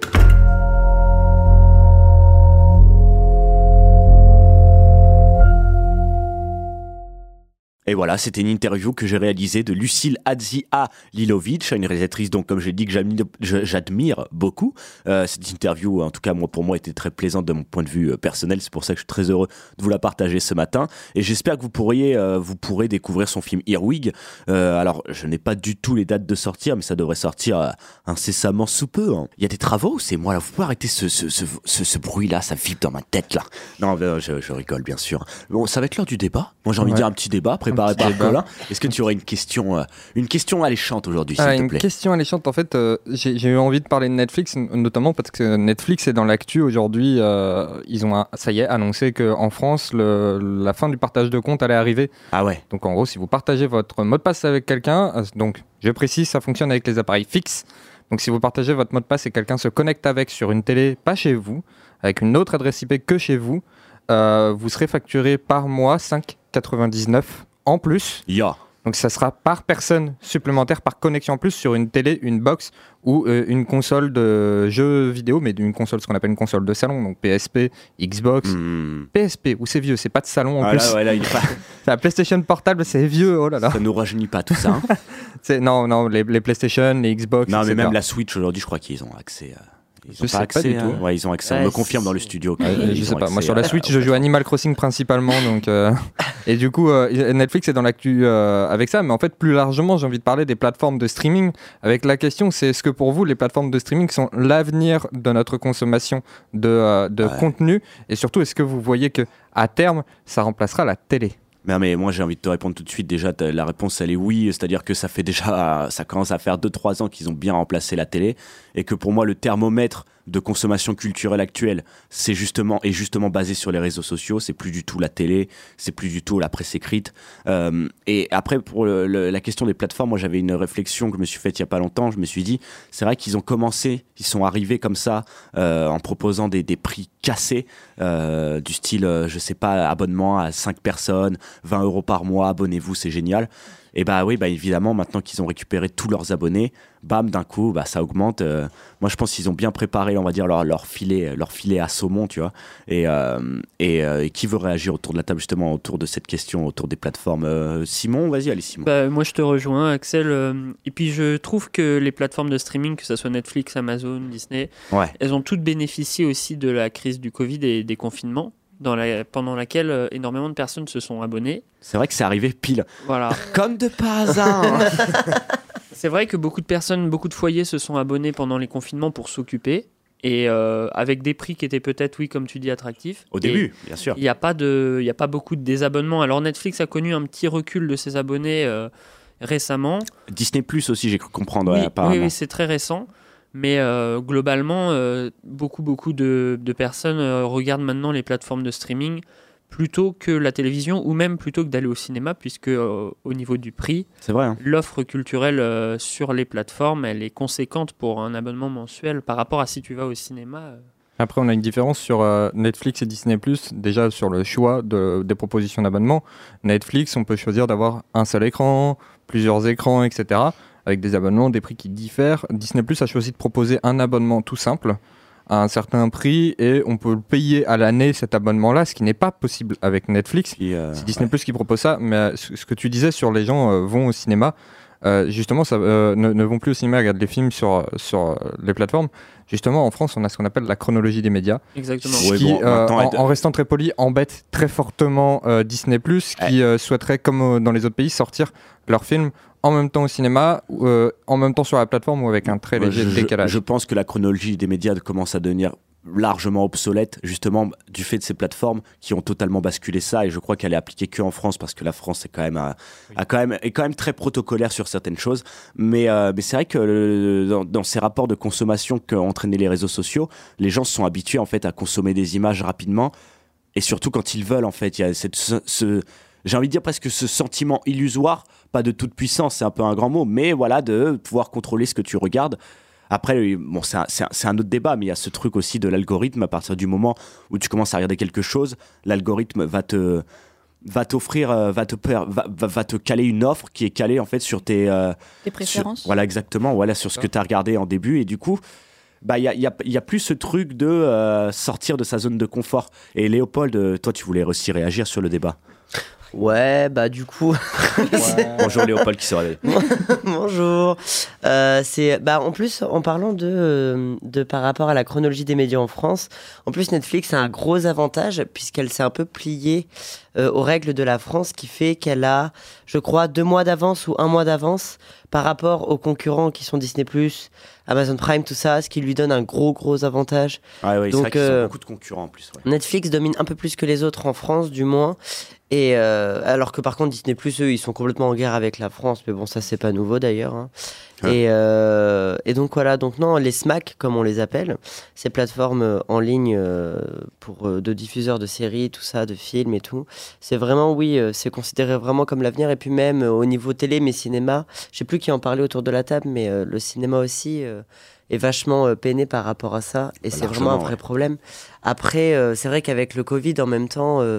Et voilà, c'était une interview que j'ai réalisée de Lucile Adzia Lilovic, une réalisatrice donc comme j'ai dit que j'admire, j'admire beaucoup. Euh, cette interview, en tout cas moi pour moi, était très plaisante de mon point de vue euh, personnel. C'est pour ça que je suis très heureux de vous la partager ce matin. Et j'espère que vous pourriez, euh, vous pourrez découvrir son film Earwig. Euh, alors je n'ai pas du tout les dates de sortir, mais ça devrait sortir euh, incessamment sous peu. Hein. Il y a des travaux, c'est moi là. Vous pouvez arrêter ce ce ce, ce, ce bruit là, ça vibre dans ma tête là. Non, euh, je, je rigole bien sûr. Bon, ça va être l'heure du débat. Moi j'ai envie ouais. de dire un petit débat. Après, préparé par Colin. Est-ce que tu aurais une question, euh, une question alléchante aujourd'hui, s'il ah, te plaît ? Une question alléchante, en fait, euh, j'ai, j'ai eu envie de parler de Netflix, notamment parce que Netflix est dans l'actu aujourd'hui. Euh, ils ont, ça y est, annoncé qu'en France, le, la fin du partage de compte allait arriver. Ah ouais. Donc en gros, si vous partagez votre mot de passe avec quelqu'un, euh, donc je précise, ça fonctionne avec les appareils fixes. Donc si vous partagez votre mot de passe et quelqu'un se connecte avec sur une télé, pas chez vous, avec une autre adresse I P que chez vous, euh, vous serez facturé par mois cinq euros quatre-vingt-dix-neuf en plus. Yeah. Donc ça sera par personne supplémentaire, par connexion en plus sur une télé, une box ou euh, une console de jeux vidéo, mais d'une console, ce qu'on appelle une console de salon, donc P S P, Xbox, mmh. P S P, ou c'est vieux, c'est pas de salon en ah plus. Là, ouais, là, il est pas... c'est la PlayStation portable, c'est vieux, oh là là. Ça nous rajeunit pas tout ça. Hein. c'est, non, non, les, les PlayStation, les Xbox, non, et cetera. Mais même la Switch aujourd'hui, je crois qu'ils ont accès à... Ils je ont sais pas accès, pas du tout. Ouais, ils ont accès. Ouais, on me confirme dans le studio. Ouais, je sais pas. Moi, sur la Switch, je joue Animal Crossing principalement, donc. Euh... et du coup, euh, Netflix est dans l'actu euh, avec ça, mais en fait, plus largement, j'ai envie de parler des plateformes de streaming. Avec la question, c'est est-ce que pour vous, les plateformes de streaming sont l'avenir de notre consommation de, euh, de ouais. contenu, et surtout, est-ce que vous voyez que à terme, ça remplacera la télé ? Mais, mais moi j'ai envie de te répondre tout de suite. Déjà la réponse elle est oui, c'est-à-dire que ça fait déjà ça commence à faire deux trois ans qu'ils ont bien remplacé la télé et que pour moi le thermomètre de consommation culturelle actuelle c'est justement est justement basé sur les réseaux sociaux. C'est plus du tout la télé, c'est plus du tout la presse écrite. Euh, et après pour le, le, la question des plateformes, moi j'avais une réflexion que je me suis faite il y a pas longtemps. Je me suis dit c'est vrai qu'ils ont commencé, ils sont arrivés comme ça euh, en proposant des, des prix cassés euh, du style euh, je sais pas abonnement à cinq personnes. vingt euros par mois, abonnez-vous, c'est génial. Et bah oui, bah évidemment, maintenant qu'ils ont récupéré tous leurs abonnés, bam, d'un coup, bah ça augmente. Euh, moi, je pense qu'ils ont bien préparé, on va dire, leur, leur, filet, leur filet à saumon, tu vois. Et, euh, et, euh, et qui veut réagir autour de la table, justement, autour de cette question, autour des plateformes euh, Simon, vas-y, allez, Simon. Bah, moi, je te rejoins, Axel. Euh, et puis, je trouve que les plateformes de streaming, que ce soit Netflix, Amazon, Disney, ouais. elles ont toutes bénéficié aussi de la crise du Covid et des confinements. Dans la, pendant laquelle euh, énormément de personnes se sont abonnées. C'est vrai que c'est arrivé pile. Voilà. Comme de par hasard. C'est vrai que beaucoup de personnes, beaucoup de foyers se sont abonnés pendant les confinements pour s'occuper. Et euh, avec des prix qui étaient peut-être, oui, comme tu dis, attractifs. Au début, bien sûr. Il n'y a pas de, il n'y a pas beaucoup de désabonnements. Alors Netflix a connu un petit recul de ses abonnés euh, récemment. Disney Plus aussi, j'ai cru comprendre. Oui, ouais, apparemment. oui, oui, c'est très récent. Mais euh, globalement, euh, beaucoup, beaucoup de, de personnes euh, regardent maintenant les plateformes de streaming plutôt que la télévision ou même plutôt que d'aller au cinéma, puisque euh, au niveau du prix, c'est vrai, hein. L'offre culturelle euh, sur les plateformes, elle est conséquente pour un abonnement mensuel par rapport à si tu vas au cinéma. Euh. Après, on a une différence sur euh, Netflix et Disney plus, déjà sur le choix de, des propositions d'abonnement. Netflix, on peut choisir d'avoir un seul écran, plusieurs écrans, et cetera, avec des abonnements, des prix qui diffèrent. Disney plus a choisi de proposer un abonnement tout simple, à un certain prix, et on peut le payer à l'année, cet abonnement-là, ce qui n'est pas possible avec Netflix. Et euh, c'est Disney ouais. plus qui propose ça, mais ce que tu disais sur les gens euh, vont au cinéma, euh, justement, ça, euh, ne, ne vont plus au cinéma, regardent les films sur, sur les plateformes. Justement, en France, on a ce qu'on appelle la chronologie des médias. Exactement. Ce ouais, qui, bon, euh, en, être... en restant très poli, embête très fortement euh, Disney plus, qui ouais. euh, souhaiterait, comme euh, dans les autres pays, sortir leurs films en même temps au cinéma, euh, en même temps sur la plateforme ou avec un très léger je, décalage. Je pense que la chronologie des médias commence à devenir largement obsolète justement du fait de ces plateformes qui ont totalement basculé ça, et je crois qu'elle est appliquée que en France parce que la France est quand même a, oui. a quand même est quand même très protocolaire sur certaines choses, mais euh, mais c'est vrai que le, dans, dans ces rapports de consommation qu'ont entraîné les réseaux sociaux, les gens se sont habitués en fait à consommer des images rapidement, et surtout quand ils veulent en fait, il y a cette ce, ce j'ai envie de dire presque ce sentiment illusoire, pas de toute puissance, c'est un peu un grand mot, mais voilà, de pouvoir contrôler ce que tu regardes. Après, bon, c'est un, c'est, un, c'est un autre débat, mais il y a ce truc aussi de l'algorithme. À partir du moment où tu commences à regarder quelque chose, l'algorithme va te, va t'offrir, va te, va, va, va te caler une offre qui est calée en fait sur tes, euh, tes préférences. Sur, voilà, exactement, voilà, sur ce que tu as regardé en début, et du coup, bah, il y a, y a, y a plus ce truc de euh, sortir de sa zone de confort. Et Léopold, toi, tu voulais aussi réagir sur le débat. Ouais, bah du coup. Ouais. Bonjour Léopold qui se réveille. Bonjour. Euh, c'est bah en plus en parlant de de par rapport à la chronologie des médias en France, en plus Netflix a un gros avantage puisqu'elle s'est un peu pliée euh, aux règles de la France, qui fait qu'elle a, je crois, deux mois d'avance ou un mois d'avance par rapport aux concurrents qui sont Disney plus, Amazon Prime, tout ça, ce qui lui donne un gros gros avantage. Ah oui, donc c'est vrai qu'ils euh, ont beaucoup de concurrents en plus. Ouais. Netflix domine un peu plus que les autres en France, du moins. Et euh, alors que par contre Disney plus, eux, ils sont complètement en guerre avec la France, mais bon, ça c'est pas nouveau d'ailleurs. Hein. Ouais. Et, euh, et donc voilà, donc non, les SMAC comme on les appelle, ces plateformes en ligne euh, pour euh, de diffuseurs de séries, tout ça, de films et tout, c'est vraiment oui, euh, c'est considéré vraiment comme l'avenir. Et puis même euh, au niveau télé, mais cinéma, je sais plus qui en parlait autour de la table, mais euh, le cinéma aussi. Euh, est vachement euh, peiné par rapport à ça, et bah, c'est vraiment un vrai ouais. problème. Après, euh, c'est vrai qu'avec le Covid, en même temps, euh,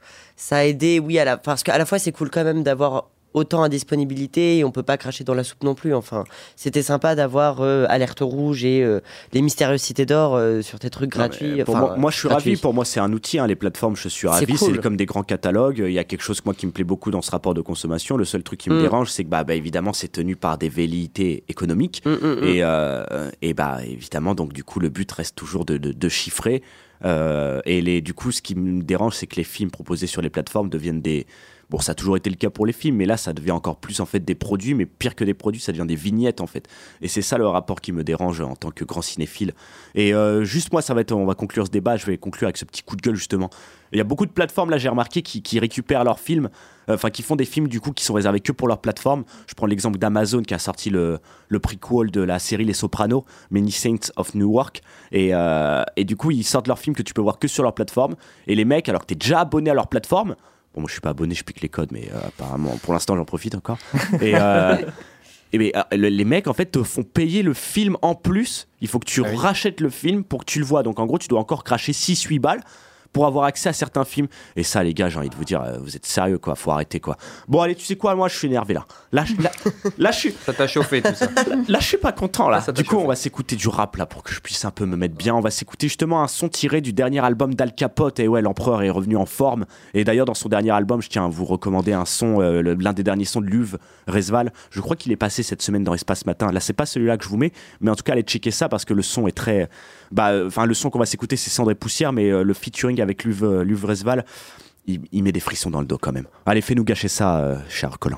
ça a aidé, oui, à la... parce qu'à la fois, c'est cool quand même d'avoir autant à disponibilité, et on peut pas cracher dans la soupe non plus. Enfin, c'était sympa d'avoir euh, Alerte Rouge et euh, les Mystérieuses Cités d'Or euh, sur tes trucs non, gratuits. Pour enfin, moi, moi, je suis gratuit. Ravi. Pour moi, c'est un outil. Hein, les plateformes, je suis ravi. C'est, cool. C'est comme des grands catalogues. Il y a quelque chose moi qui me plaît beaucoup dans ce rapport de consommation. Le seul truc qui me mm. dérange, c'est que bah, bah évidemment, c'est tenu par des velléités économiques. Mm, mm, et euh, et bah évidemment, donc du coup, le but reste toujours de, de, de chiffrer. Euh, et les, du coup, ce qui me dérange, c'est que les films proposés sur les plateformes deviennent des... Bon, ça a toujours été le cas pour les films, mais là, ça devient encore plus en fait des produits, mais pire que des produits, ça devient des vignettes en fait. Et c'est ça le rapport qui me dérange en tant que grand cinéphile. Et euh, juste moi, ça va être, on va conclure ce débat. Je vais conclure avec ce petit coup de gueule justement. Il y a beaucoup de plateformes là, j'ai remarqué, qui, qui récupèrent leurs films, enfin euh, qui font des films du coup qui sont réservés que pour leur plateforme. Je prends l'exemple d'Amazon qui a sorti le le prequel de la série Les Sopranos, Many Saints of Newark, et euh, et du coup ils sortent leurs films que tu peux voir que sur leur plateforme. Et les mecs, alors que t'es déjà abonné à leur plateforme. Bon, moi je suis pas abonné, je pique les codes, mais euh, apparemment, pour l'instant, j'en profite encore. Et, euh, et mais, euh, les mecs, en fait, te font payer le film en plus. Il faut que tu ah oui. rachètes le film pour que tu le vois. Donc, en gros, tu dois encore cracher six huit balles pour avoir accès à certains films. Et ça, les gars, j'ai envie de vous dire, euh, vous êtes sérieux, quoi. Faut arrêter, quoi. Bon, allez, tu sais quoi, moi, je suis énervé, là. Là, je, là, là, je suis... Ça t'a chauffé, tout ça. Là, là je suis pas content, là. Ah, du coup, chauffé. On va s'écouter du rap, là, pour que je puisse un peu me mettre bien. On va s'écouter justement un son tiré du dernier album d'Al Capote. Et ouais, l'empereur est revenu en forme. Et d'ailleurs, dans son dernier album, je tiens à vous recommander un son, euh, le, l'un des derniers sons de Luv Resval. Je crois qu'il est passé cette semaine dans Espace Matin. Là, c'est pas celui-là que je vous mets, mais en tout cas, allez checker ça parce que le son est très... Bah, enfin, le son qu'on va s'écouter, c'est Cendre et Poussière, mais euh, le featuring avec Luv, euh, Luv Resval, il, il met des frissons dans le dos quand même. Allez, fais-nous gâcher ça, euh, cher Colin.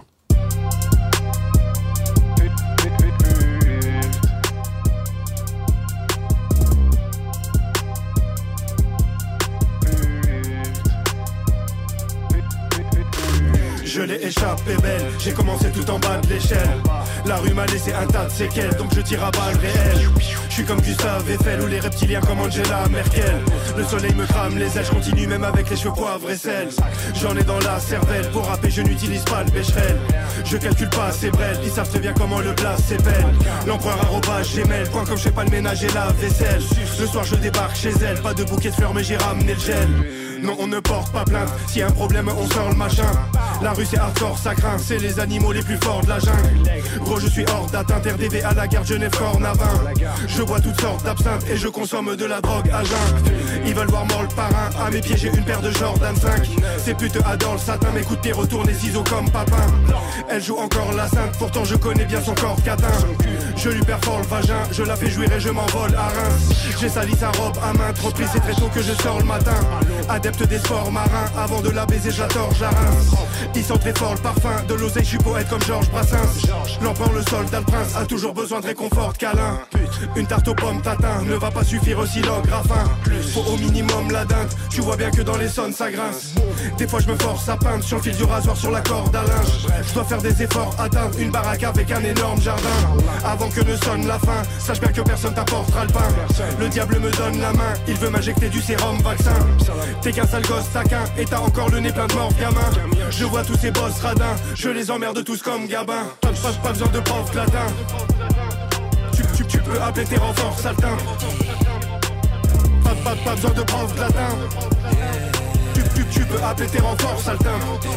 Je l'ai échappé belle, j'ai commencé tout en bas de l'échelle. La rue m'a laissé un tas de séquelles, donc je tire à balles réelles. Je suis comme Gustave Eiffel ou les reptiliens comme Angela Merkel. Le soleil me crame les ailes, je continue même avec les cheveux poivre et sel. J'en ai dans la cervelle, pour rapper je n'utilise pas le bécherel. Je calcule pas ces brels, ils savent très bien comment le blast s'épelle. L'empereur arrobage Gmail, point comme je fais pas le ménage et la vaisselle. Le soir je débarque chez elle, pas de bouquet de fleurs mais j'ai ramené le gel. Non on ne porte pas plainte, s'il y a un problème on sort le machin. La rue c'est hardcore, ça craint, c'est les animaux les plus forts de la jungle. Gros je suis hors d'atteinte, R D V à la gare Genève Cornavin. Je bois toutes sortes d'absinthe et je consomme de la drogue à jeun. Ils veulent voir mort le parrain, à mes pieds j'ai une paire de Jordan cinq. Ces putes adorent le satin, mes coups de pied retournent les ciseaux comme papin. Elle joue encore la sainte, pourtant je connais bien son corps catin. Je lui perfore le vagin, je la fais jouir et je m'envole à Reims. J'ai sali sa robe à main, trop pris c'est très tôt que je sors le matin. Adepte Adepte des sports marins, avant de la baiser, je la torche à Reims. Il sent très fort le parfum de l'oseille, je suis poète comme Georges Brassens. L'empereur, le soldat, le prince a toujours besoin de réconfort, de câlin. Une tarte aux pommes tatin ne va pas suffire aussi l'ographin. Faut au minimum la dinde, tu vois bien que dans les sons ça grince. Des fois je me force à peindre sur le fil du rasoir sur la corde à linge. Je dois faire des efforts, atteindre une baraque avec un énorme jardin. Avant que ne sonne la fin, sache bien que personne t'apportera le pain. Le diable me donne la main, il veut m'injecter du sérum vaccin. T'es qu'un sale gosse taquin et t'as encore le nez plein de morts gamin. Je vois tous ces boss radins, je les emmerde tous comme gabin. Pas, pas, pas besoin de prof latin. Tu, tu, tu peux appeler tes renforts saltins. Pas, pas, pas besoin de prof latin. Tu, tu, tu peux appeler tes renforts saltins.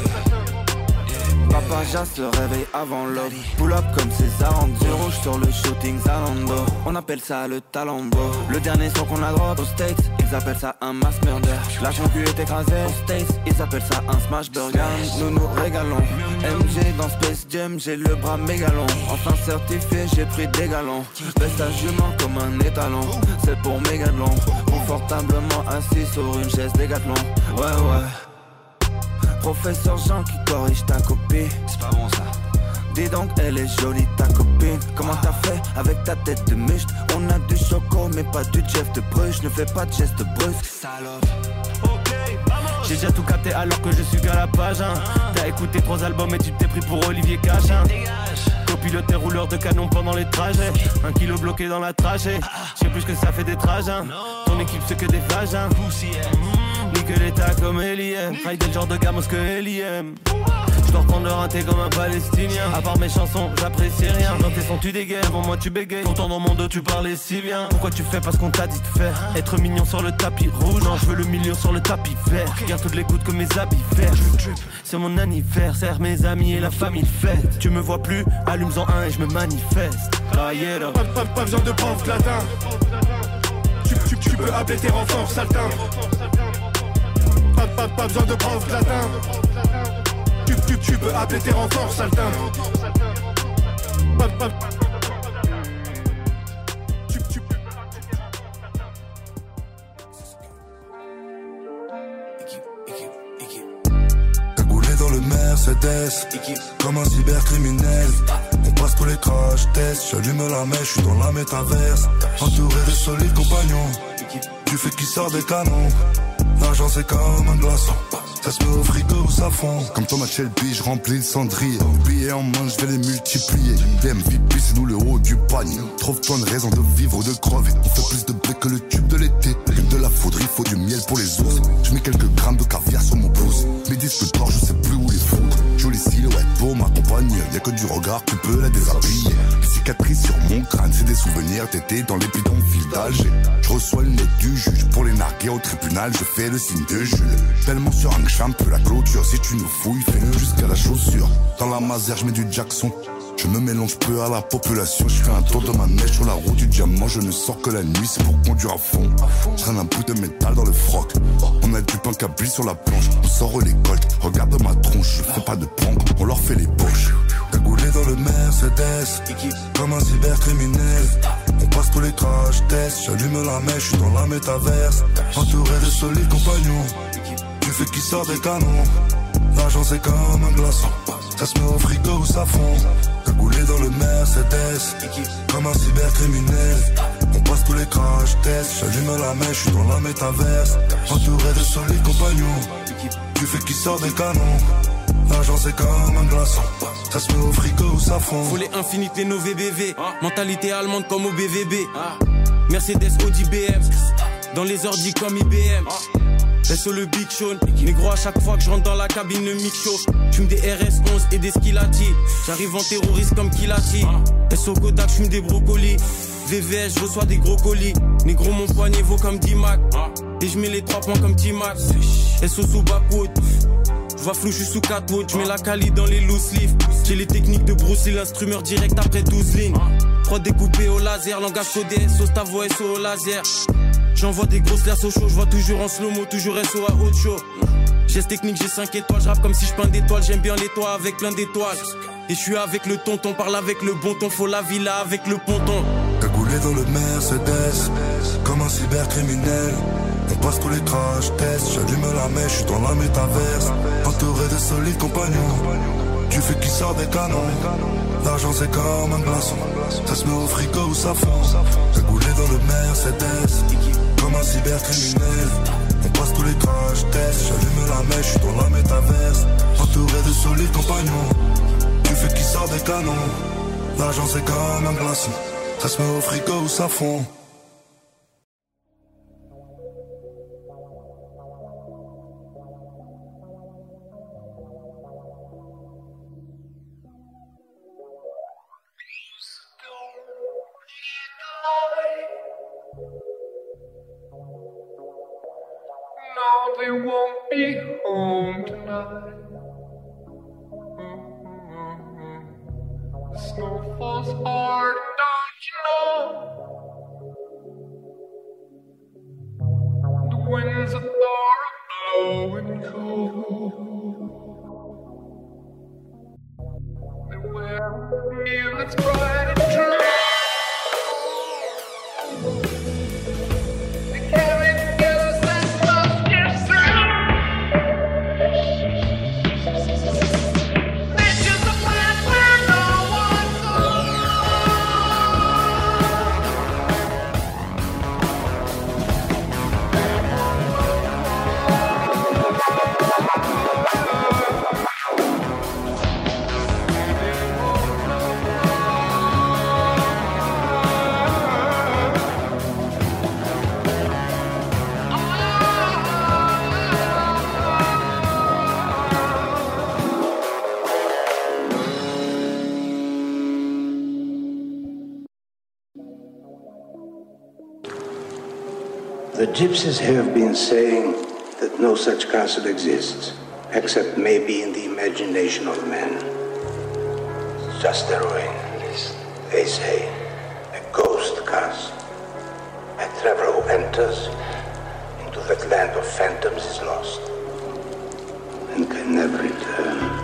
Papa Jas le réveil avant l'aube. Pull up comme César en deux rouge sur le shooting Zalando. On appelle ça le talambo. Le dernier son qu'on a drop aux States, ils appellent ça un mass murder. La concu est écrasée aux States, ils appellent ça un smash burger. Nous nous régalons. M G dans Space Jam, j'ai le bras mégalon. Enfin certifié, j'ai pris des galons. Baisse ta jument comme un étalon. C'est pour mégalon. Confortablement assis sur une chaise Décathlon. Ouais ouais. Professeur Jean qui corrige ta copie. C'est pas bon ça. Dis donc elle est jolie ta copine. Comment t'as fait avec ta tête de muscle? On a du choco mais pas du Jeff de Bruges. Ne fais pas de gestes brusques, salope. J'ai déjà tout capté alors que je suis qu'à la page hein. T'as écouté trois albums et tu t'es pris pour Olivier Cachin. Copilote et rouleur de canon pendant les trajets. Un kilo bloqué dans la trachée. J'sais plus que ça fait des trajets hein. Ton équipe c'est que des vagins. Nique l'état comme Eliem. Ride le genre de gamos que Eliem. J'dois reprendre leur inté comme un palestinien. À part mes chansons, j'apprécie rien. Dans tes sons tu dégaies, avant moi tu bégayes. Pourtant dans mon dos tu parlais si bien. Pourquoi tu fais parce qu'on t'a dit de faire? Être mignon sur le tapis rouge. Non je veux le million sur le tapis vert. Garde toutes les gouttes comme mes habits verts. C'est mon anniversaire, mes amis et la famille fête. Tu me vois plus, allume-en un et je me manifeste. Pas, pas, pas besoin de prof latin. Tu, tu, tu peux appeler tes renforts saltins. Pas, pas, pas besoin de prof latin. Tu, tu, tu peux appeler tes renforts saltins. Pas, pas... Tu, tu... Cagoulé dans le Mercedes, comme un cybercriminel. On passe tous les crash tests, j'allume la mèche, je suis dans la métaverse. Entouré de solides compagnons, du fait qui sort des canons. L'argent c'est comme un glaçon, ça se met au frigo ou ça fond. Comme Thomas Shelby, je remplis le cendrier. Billets en main, je vais les multiplier. Les M V P, c'est nous le haut du panier. Trouve-toi une raison de vivre ou de crever. On fait plus de blé que le tube de l'été. Une de la foudre, il faut du miel pour les ours. Je mets quelques grammes de caviar sur mon pouce. Mes disques d'or, je sais plus où les foutre. Jolie silhouette pour m'accompagner. Y'a que du regard, tu peux la déshabiller. Les cicatrices sur mon crâne, c'est des souvenirs d'été dans les bidonvilles d'Alger. Je reçois le nez du juge pour les narguer au tribunal. Je fais le signe de Jules. Tellement sur un champ peu la clôture. Si tu nous fouilles, fais-le jusqu'à la chaussure. Dans la masère, je mets du Jackson. Je me mélange peu à la population. Je fais un tour de ma mèche sur la route du diamant. Je ne sors que la nuit, c'est pour conduire à fond. Je traîne un bout de métal dans le froc. On a du pain cabri sur la planche. On sort les colts, regarde ma tronche. Je fais pas de prank, on leur fait les poches. Cagoulé dans le Mercedes, comme un cybercriminel. On passe tous les crash tests. J'allume la mèche, je suis dans la métaverse. Entouré de solides compagnons, du fait qui sort des canons. L'argent c'est comme un glaçon, ça se met au frigo ou ça fond. Cagoulé dans le Mercedes, comme un cybercriminel. On passe tous les crash tests. J'allume la mèche, je suis dans la métaverse. Entouré de solides compagnons, du fait qui sort des canons. L'argent c'est comme un glaçon, ça se met au frigo ou ça fond. Faut les infinités nos V B V. Mentalité allemande comme au B V B. Mercedes, Audi, B M. Dans les ordi comme I B M. Reste sur le Big Sean. Négro, à chaque fois que je rentre dans la cabine, le mic chauffe. J'fume des R S onze et des Skilati. J'arrive en terroriste comme Kilati. S O Kodak, j'fume des brocolis. V V S, je reçois des gros colis. Négro, mon poignet vaut comme D-Mac. Et je mets les trois points comme T-Mac. S O sous backwood. J'vois flou, j'suis sous catwood. J'mets la cali dans les loose leaf. J'ai les techniques de Bruce Lee, l'instrumeur direct après douze lignes. Trois découpés au laser, langage codé, sauce ta voix S O au laser. J'envoie des grosses laires au chaud, j'vois toujours en slow-mo, toujours S O à haute chaud. Geste technique, j'ai cinq étoiles, j'rappe comme si j'peins d'étoiles, j'aime bien les toits avec plein d'étoiles. Et j'suis avec le tonton, parle avec le bon ton, faut la villa avec le ponton. Cagoulé dans le Mercedes, comme un cybercriminel. On passe tous les crash tests, j'allume la mèche, je suis dans la métaverse. Entouré de solides compagnons, du feu qui sort des canons. L'argent c'est comme un glaçon, ça se met au frigo ou ça fond. Cagoulé dans le Mercedes, comme un cybercriminel. On passe tous les crash tests, j'allume la mèche, je suis dans la métaverse. Entouré de solides compagnons, du feu qui sort des canons. L'argent c'est comme un glaçon, ça se met au frigo ou ça fond. No, they won't be home tonight. The snow falls hard, don't you know? The winds are blowing cold. They wear a feel that's bright and true. The gypsies have been saying that no such castle exists, except maybe in the imagination of man. It's just a ruin, they say, a ghost castle. A traveler who enters into that land of phantoms is lost and can never return.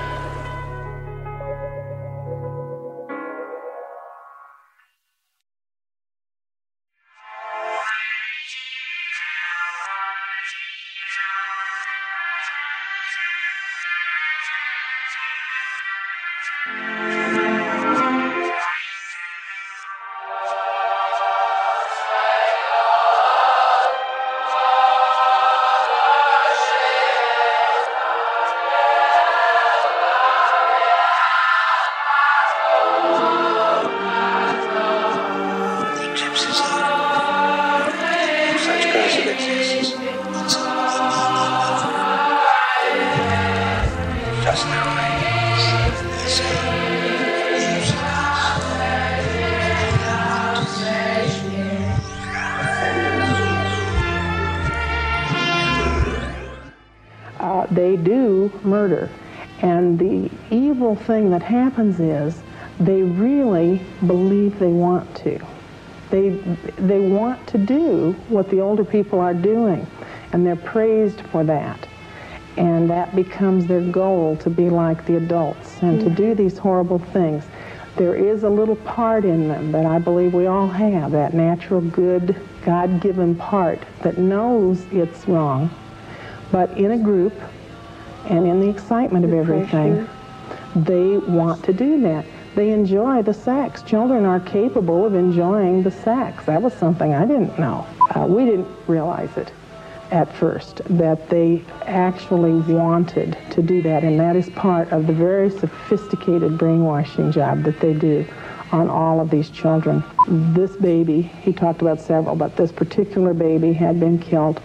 They do murder, and the evil thing that happens is they really believe they want to. They, they want to do what the older people are doing, and they're praised for that. And that becomes their goal, to be like the adults and to do these horrible things. There is a little part in them that I believe we all have, that natural, good, God-given part that knows it's wrong, but in a group and in the excitement of everything, they want to do that. They enjoy the sex. Children are capable of enjoying the sex. That was something I didn't know. Uh, we didn't realize it at first, that they actually wanted to do that, and that is part of the very sophisticated brainwashing job that they do on all of these children. This baby, he talked about several, but this particular baby had been killed,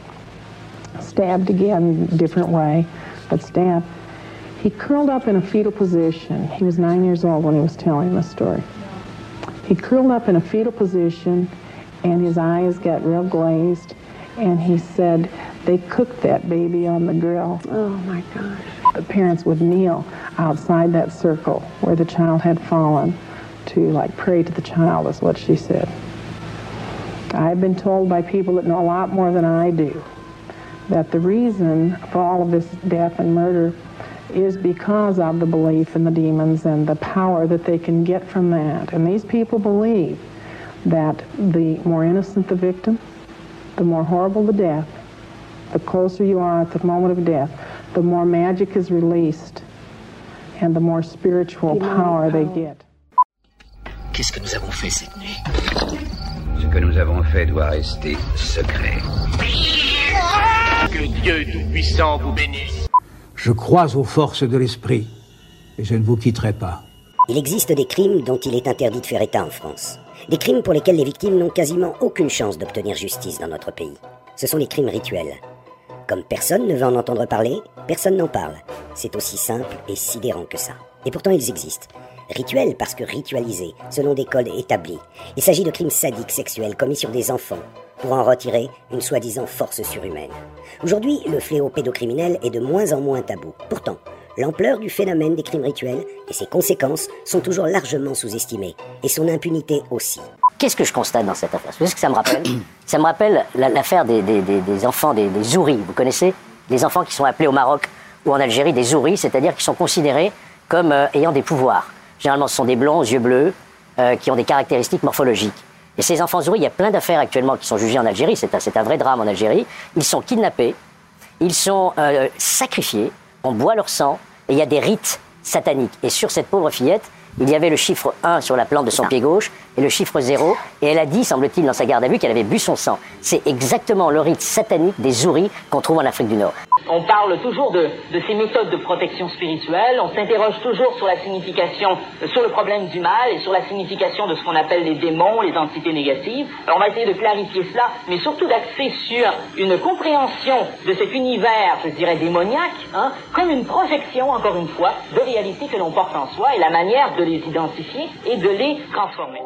stabbed again, different way, but stabbed. He curled up in a fetal position. He was nine years old when he was telling this story. He curled up in a fetal position, and his eyes got real glazed, and he said they cooked that baby on the grill. Oh my gosh. The parents would kneel outside that circle where the child had fallen to like pray to the child, is what she said. I've been told by people that know a lot more than I do that the reason for all of this death and murder is because of the belief in the demons and the power that they can get from that. And these people believe that the more innocent the victim, the more horrible the death, the closer you are at the moment of death, the more magic is released and the more spiritual power they get. Qu'est-ce que nous avons fait cette nuit? Ce que nous avons fait doit rester secret. Que Dieu Tout-Puissant vous bénisse. Je crois aux forces de l'esprit et je ne vous quitterai pas. Il existe des crimes dont il est interdit de faire état en France. Des crimes pour lesquels les victimes n'ont quasiment aucune chance d'obtenir justice dans notre pays. Ce sont les crimes rituels. Comme personne ne veut en entendre parler, personne n'en parle. C'est aussi simple et sidérant que ça. Et pourtant ils existent. Rituels parce que ritualisés, selon des codes établis. Il s'agit de crimes sadiques sexuels commis sur des enfants, pour en retirer une soi-disant force surhumaine. Aujourd'hui, le fléau pédocriminel est de moins en moins tabou. Pourtant, l'ampleur du phénomène des crimes rituels et ses conséquences sont toujours largement sous-estimées, et son impunité aussi. Qu'est-ce que je constate dans cette affaire? Qu'est-ce que ça me rappelle? Ça me rappelle l'affaire des, des, des, des enfants, des, des zouris, vous connaissez? Les enfants qui sont appelés au Maroc ou en Algérie des zouris, c'est-à-dire qui sont considérés comme euh, ayant des pouvoirs. Généralement, ce sont des blonds aux yeux bleus euh, qui ont des caractéristiques morphologiques. Et ces enfants zouris, il y a plein d'affaires actuellement qui sont jugées en Algérie, c'est un, c'est un vrai drame en Algérie. Ils sont kidnappés, ils sont euh, sacrifiés, on boit leur sang, et il y a des rites sataniques. Et sur cette pauvre fillette, il y avait le chiffre un sur la plante de son pied gauche et le chiffre zéro. Et elle a dit, semble-t-il, dans sa garde à vue, qu'elle avait bu son sang. C'est exactement le rite satanique des zouris qu'on trouve en Afrique du Nord. On parle toujours de, de ces méthodes de protection spirituelle, on s'interroge toujours sur la signification, sur le problème du mal et sur la signification de ce qu'on appelle les démons, les entités négatives. Alors on va essayer de clarifier cela, mais surtout d'axer sur une compréhension de cet univers, je dirais démoniaque, hein, comme une projection, encore une fois, de réalités que l'on porte en soi et la manière de les identifier et de les transformer.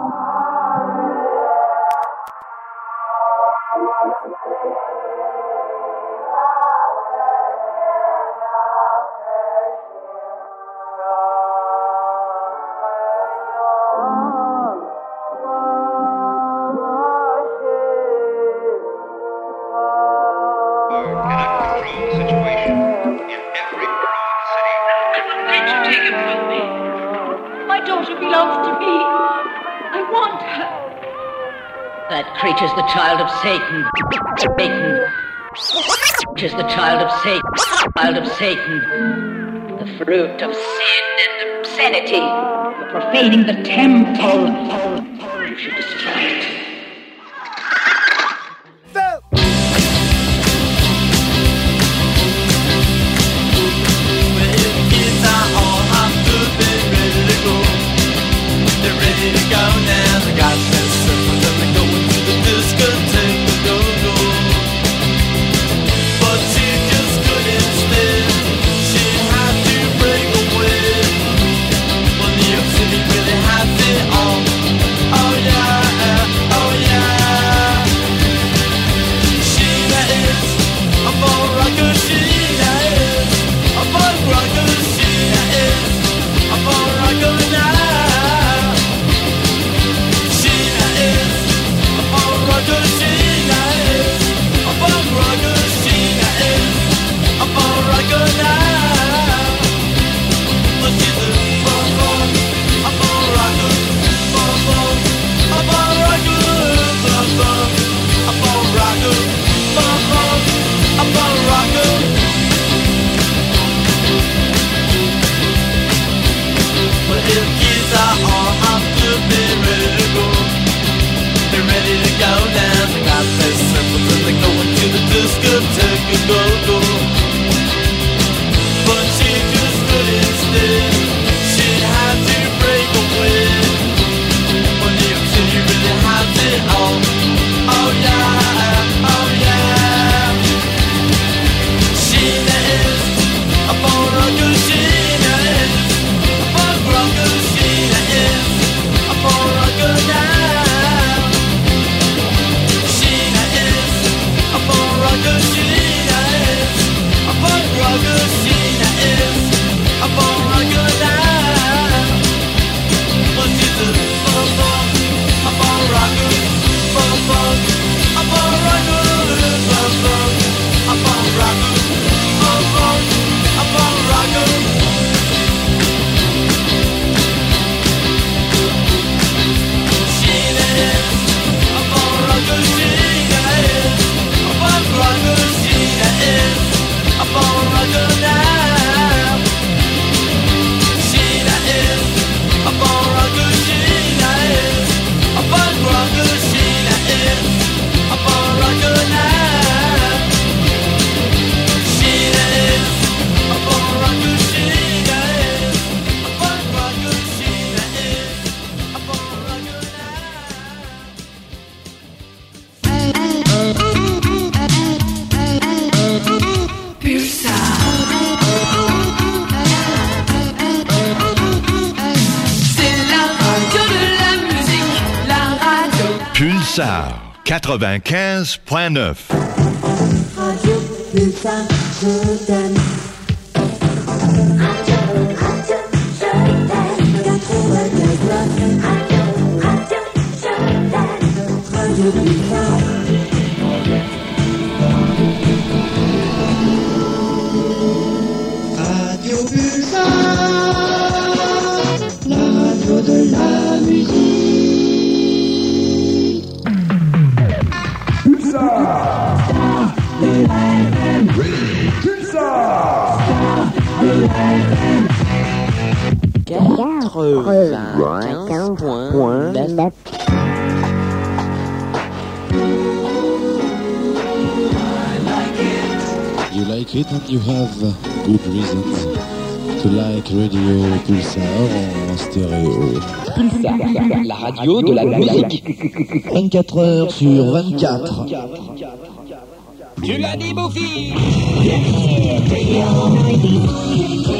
That creature's the child of Satan. Satan. Creature's the child of Satan. Child of Satan. The fruit of sin and obscenity. You're profaning the temple. You should destroy it. Sheena is a born rocker, Sheena is a born rocker, Sheena Pulsar quatre-vingt-quinze point neuf. Radio Pulsar, je t'aime. Radio, radio, je t'aime. quatre-vingt-quinze neuf. Radio, radio, je t'aime. Radio Pulsar. Radio Pulsar, la radio de la musique. Pulsar, Star de la F M. Pulsar, Star de la F M. quatre-vingt-quinze point neuf. You like it and you have good reasons to like Radio Pulsar en stéréo. Pulsar, la radio de la musique. vingt-quatre heures sur vingt-quatre. Tu l'as dit, Bouffi.